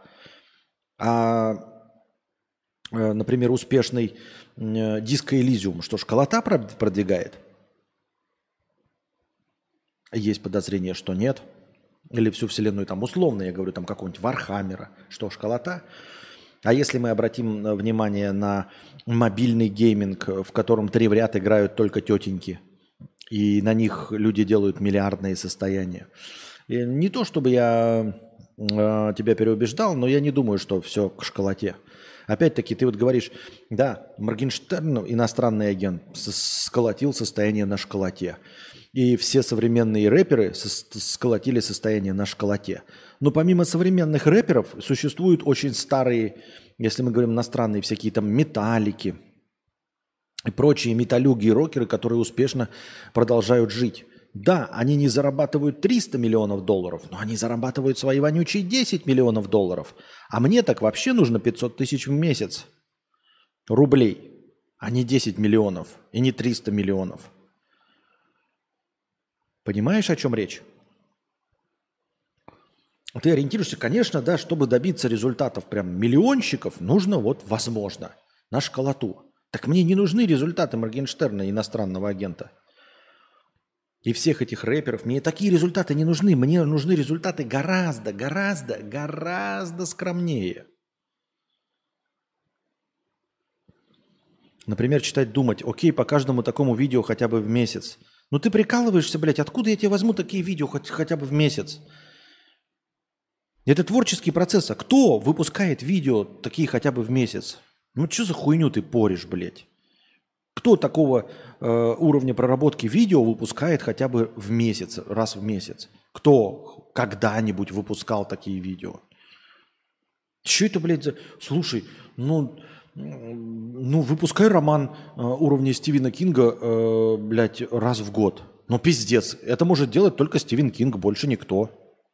А, например, успешный Disco Elysium, что школота продвигает? Есть подозрение, что нет. или всю вселенную, там условно, я говорю, там какого-нибудь Вархаммера, что школота. А если мы обратим э, внимание на мобильный гейминг, в котором три в ряд играют только тетеньки, и на них люди делают миллиардные состояния. И не то, чтобы я э, тебя переубеждал, но я не думаю, что все к школоте. Опять-таки, ты вот говоришь, да, Моргенштерн, иностранный агент, сколотил состояние на школоте. И все современные рэперы сколотили состояние на школоте. Но помимо современных рэперов существуют очень старые, если мы говорим иностранные, всякие там металлики и прочие металюги и рокеры, которые успешно продолжают жить. Да, они не зарабатывают триста миллионов долларов, но они зарабатывают свои вонючие десять миллионов долларов. А мне так вообще нужно пятьсот тысяч в месяц рублей, а не десять миллионов и не триста миллионов. Понимаешь, о чем речь? Ты ориентируешься, конечно, да, чтобы добиться результатов прям миллионщиков, нужно вот, возможно, на школоту. Так мне не нужны результаты Моргенштерна, иностранного агента. И всех этих рэперов. Мне такие результаты не нужны. Мне нужны результаты гораздо, гораздо, гораздо скромнее. Например, читать, думать, окей, по каждому такому видео хотя бы в месяц. Ну ты прикалываешься, блядь, откуда я тебе возьму такие видео хоть, хотя бы в месяц? Это творческий процесс. А кто выпускает видео такие хотя бы в месяц? Ну что за хуйню ты порешь, блядь? Кто такого э, уровня проработки видео выпускает хотя бы в месяц, раз в месяц? Кто когда-нибудь выпускал такие видео? Что это, блядь, за... Слушай, ну, ну выпускай роман э, уровня Стивена Кинга, э, блядь, раз в год. Ну, пиздец. Это может делать только Стивен Кинг, больше никто.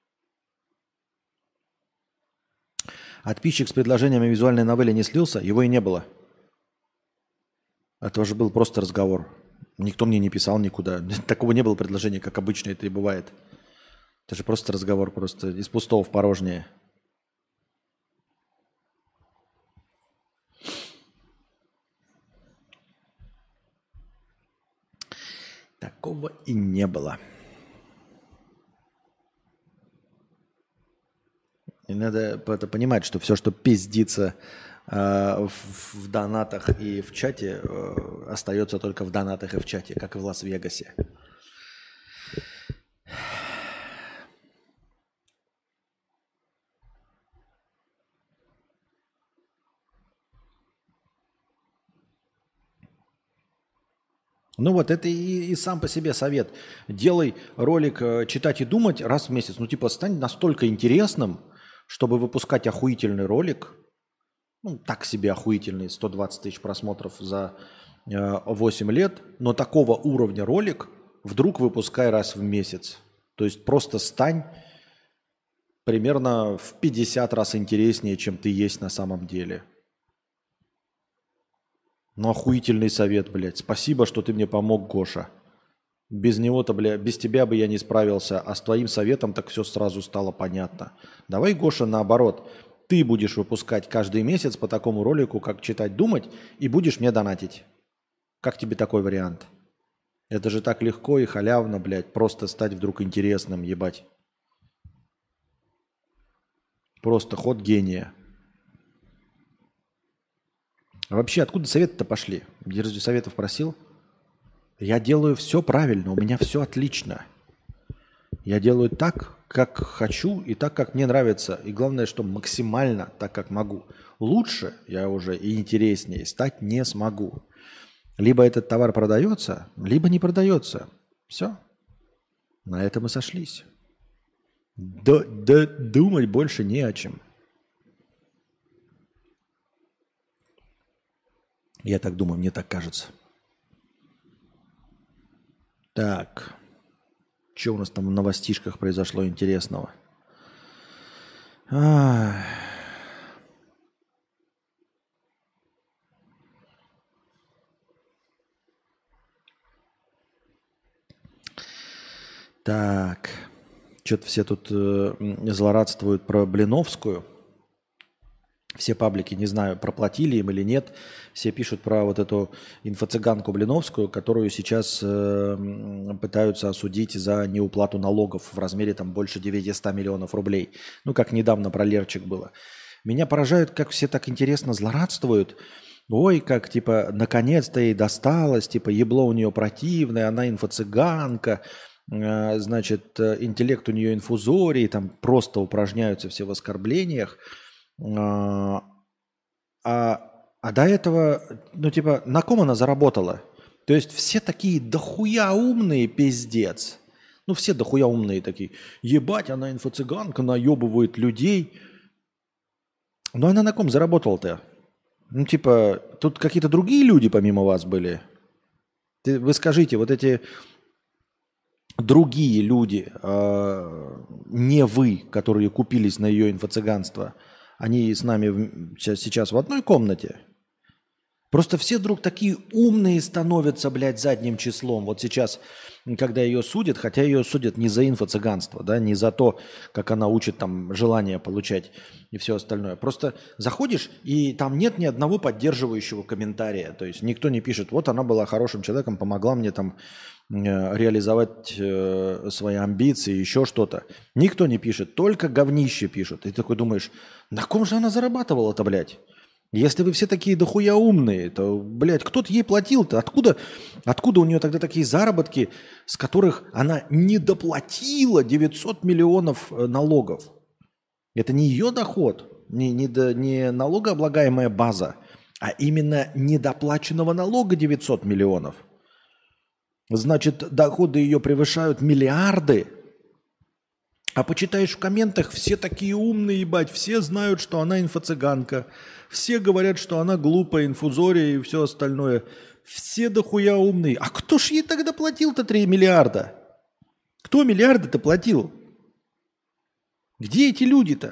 Подписчик с предложением о визуальной новелле не слился, его и не было. Это уже был просто разговор. Никто мне не писал никуда. Такого не было предложения, как обычно это и бывает. Это же просто разговор, просто из пустого в порожнее. Такого и не было. И надо это понимать, что все, что пиздится э, в, в донатах и в чате, э, остается только в донатах и в чате, как и в Лас-Вегасе. Ну вот, это и, и сам по себе совет. Делай ролик э, «Читать и думать» раз в месяц. Ну типа стань настолько интересным, чтобы выпускать охуительный ролик, ну так себе охуительный, сто двадцать тысяч просмотров за э, восемь лет, но такого уровня ролик вдруг выпускай раз в месяц. То есть просто стань примерно в пятьдесят раз интереснее, чем ты есть на самом деле. Ну, охуительный совет, блядь. Спасибо, что ты мне помог, Гоша. Без него-то, бля, без тебя бы я не справился, а с твоим советом так все сразу стало понятно. Давай, Гоша, наоборот. Ты будешь выпускать каждый месяц по такому ролику, как читать, думать, и будешь мне донатить. Как тебе такой вариант? Это же так легко и халявно, блядь, просто стать вдруг интересным, ебать. Просто ход гения. А вообще, откуда советы-то пошли? Я разве советов просил? Я делаю все правильно, у меня все отлично. Я делаю так, как хочу и так, как мне нравится. И главное, что максимально так, как могу. Лучше я уже и интереснее стать не смогу. Либо этот товар продается, либо не продается. Все. На этом и сошлись. Да, да думать больше не о чем. Я так думаю, мне так кажется. Так. Что у нас там в новостишках произошло интересного? А-а-а. Так. Что-то все тут э, злорадствуют про Блиновскую. Все паблики, не знаю, проплатили им или нет. Все пишут про вот эту инфо-цыганку Блиновскую, которую сейчас э, пытаются осудить за неуплату налогов в размере там больше девятьсот миллионов рублей. Ну, как недавно про Лерчик было. Меня поражает, как все так интересно злорадствуют. Ой, как, типа, наконец-то ей досталось, типа, ебло у нее противное, она инфо-цыганка, э, значит, э, интеллект у нее инфузорий, там просто упражняются все в оскорблениях. А, а, а до этого, ну, типа, на ком она заработала? То есть все такие дохуя умные, пиздец. Ну, все дохуя умные такие. Ебать, она инфо-цыганка, наебывает людей. Но она на ком заработала-то? Ну, типа, тут какие-то другие люди помимо вас были? Ты, вы скажите, вот эти другие люди, э, не вы, которые купились на ее инфо-цыганство, они с нами в, сейчас в одной комнате? Просто все вдруг такие умные становятся, блядь, задним числом. Вот сейчас, когда ее судят, хотя ее судят не за инфо-цыганство, да, не за то, как она учит там желание получать и все остальное. Просто заходишь, и там нет ни одного поддерживающего комментария. То есть никто не пишет, вот она была хорошим человеком, помогла мне там э, реализовать э, свои амбиции, еще что-то. Никто не пишет, только говнище пишут. И ты такой думаешь, на ком же она зарабатывала-то, блядь? Если вы все такие дохуя умные, то, блядь, кто-то ей платил-то? Откуда, откуда у нее тогда такие заработки, с которых она не доплатила девятьсот миллионов налогов? Это не ее доход, не, не, до, не налогооблагаемая база, а именно недоплаченного налога девятьсот миллионов. Значит, доходы ее превышают миллиарды. А почитаешь в комментах, все такие умные, ебать, все знают, что она инфо-цыганка. Все говорят, что она глупая, инфузория и все остальное. Все дохуя умные. А кто ж ей тогда платил-то три миллиарда? Кто миллиарды-то платил? Где эти люди-то?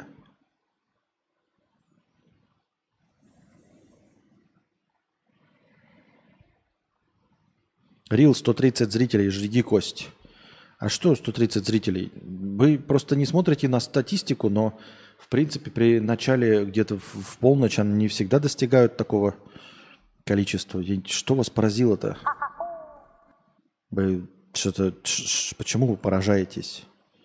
Рил сто тридцать зрителей, жди кость. А что сто тридцать зрителей? Вы просто не смотрите на статистику, но в принципе при начале где-то в, в полночь они не всегда достигают такого количества. Что вас поразило-то? Вы что-то, почему вы поражаетесь?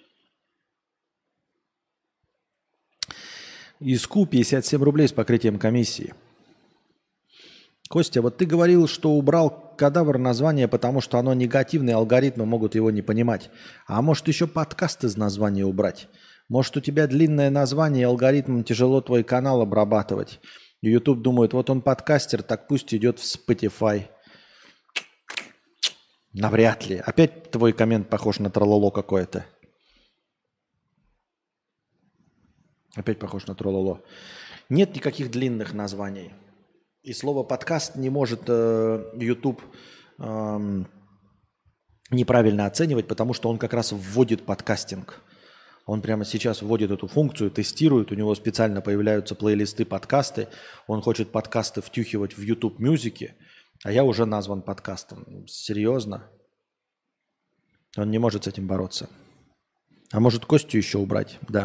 Иску пятьдесят семь рублей с покрытием комиссии. Костя, вот ты говорил, что убрал кадавр название, потому что оно негативное, алгоритмы могут его не понимать. А может еще подкаст из названия убрать? Может у тебя длинное название, алгоритмам тяжело твой канал обрабатывать. И YouTube думает, вот он подкастер, так пусть идет в Spotify. Навряд ли. Опять твой коммент похож на трололо какое-то. Опять похож на трололо. Нет никаких длинных названий. И слово подкаст не может э, YouTube э, неправильно оценивать, потому что он как раз вводит подкастинг. Он прямо сейчас вводит эту функцию, тестирует, у него специально появляются плейлисты, подкасты. Он хочет подкасты втюхивать в YouTube Music, а я уже назван подкастом. Серьезно? Он не может с этим бороться. А может Костю еще убрать? Да.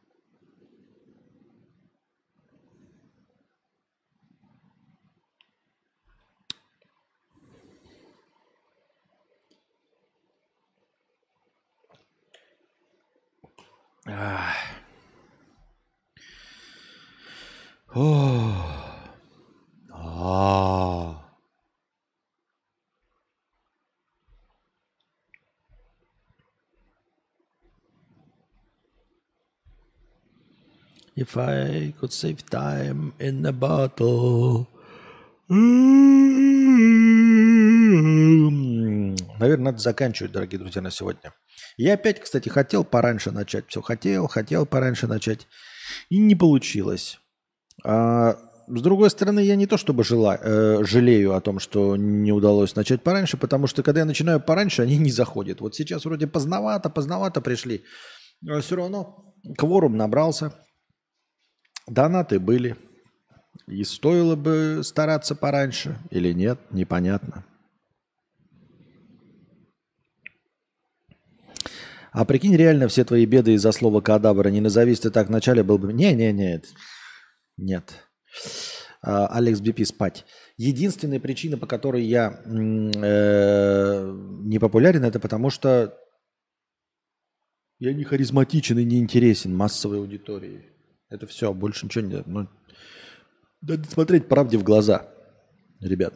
Ах. Ох. А. If I could save time in a bottle. Наверное, надо заканчивать, дорогие друзья, на сегодня. Я опять, кстати, хотел пораньше начать. Все хотел, хотел пораньше начать. И не получилось. А, с другой стороны, я не то чтобы жила, э, жалею о том, что не удалось начать пораньше, потому что, когда я начинаю пораньше, они не заходят. Вот сейчас вроде поздновато, поздновато пришли. Но все равно кворум набрался. Донаты были. И стоило бы стараться пораньше или нет, непонятно. А прикинь, реально все твои беды из-за слова кадавра. Не назовись ты так вначале, был бы... Не-не-не. Нет. А, Алекс Би Пи спать. Единственная причина, по которой я э, не популярен, это потому что я не харизматичен и не интересен массовой аудитории. Это все, больше ничего нет. Ну, надо смотреть правде в глаза, ребят.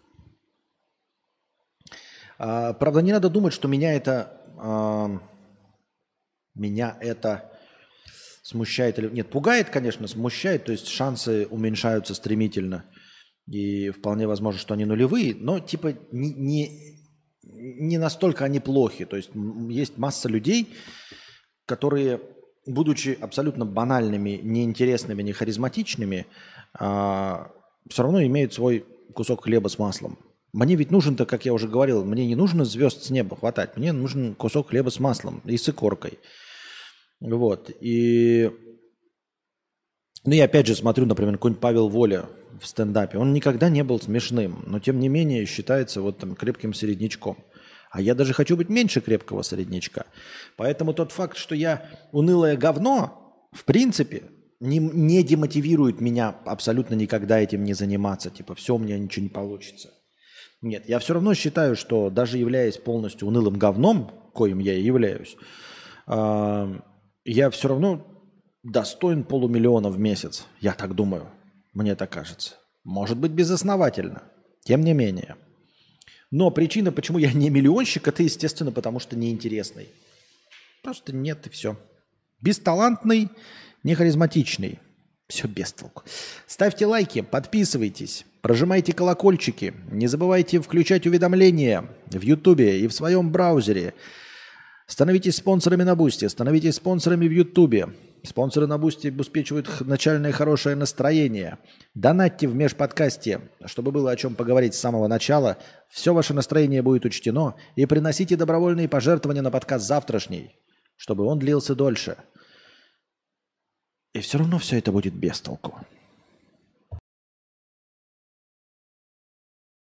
А, правда, не надо думать, что меня это а, меня это смущает или нет. Пугает, конечно, смущает. То есть шансы уменьшаются стремительно. И вполне возможно, что они нулевые. Но типа не, не, не настолько они плохи. То есть есть масса людей, которые, будучи абсолютно банальными, неинтересными, не харизматичными, а, все равно имеют свой кусок хлеба с маслом. Мне ведь нужен-то, как я уже говорил, мне не нужно звезд с неба хватать. Мне нужен кусок хлеба с маслом и с икоркой. Вот. И... Ну, я опять же смотрю, например, какой-нибудь Павел Воля в стендапе. Он никогда не был смешным, но тем не менее считается вот там крепким середнячком. А я даже хочу быть меньше крепкого середнячка. Поэтому тот факт, что я унылое говно, в принципе, не, не демотивирует меня абсолютно никогда этим не заниматься. Типа, все, у меня ничего не получится. Нет, я все равно считаю, что даже являясь полностью унылым говном, коим я и являюсь, э, я все равно достоин полумиллиона в месяц. Я так думаю. Мне так кажется. Может быть, безосновательно. Тем не менее. Но причина, почему я не миллионщик, это, естественно, потому что неинтересный. Просто нет и все. Бесталантный, не харизматичный. Все без толку. Ставьте лайки, подписывайтесь, прожимайте колокольчики. Не забывайте включать уведомления в Ютубе и в своем браузере. Становитесь спонсорами на Бусти, становитесь спонсорами в Ютубе. Спонсоры на Бусти обеспечивают начальное хорошее настроение. Донатьте в межподкасте, чтобы было о чем поговорить с самого начала. Все ваше настроение будет учтено. И приносите добровольные пожертвования на подкаст завтрашний, чтобы он длился дольше. И все равно все это будет без толку.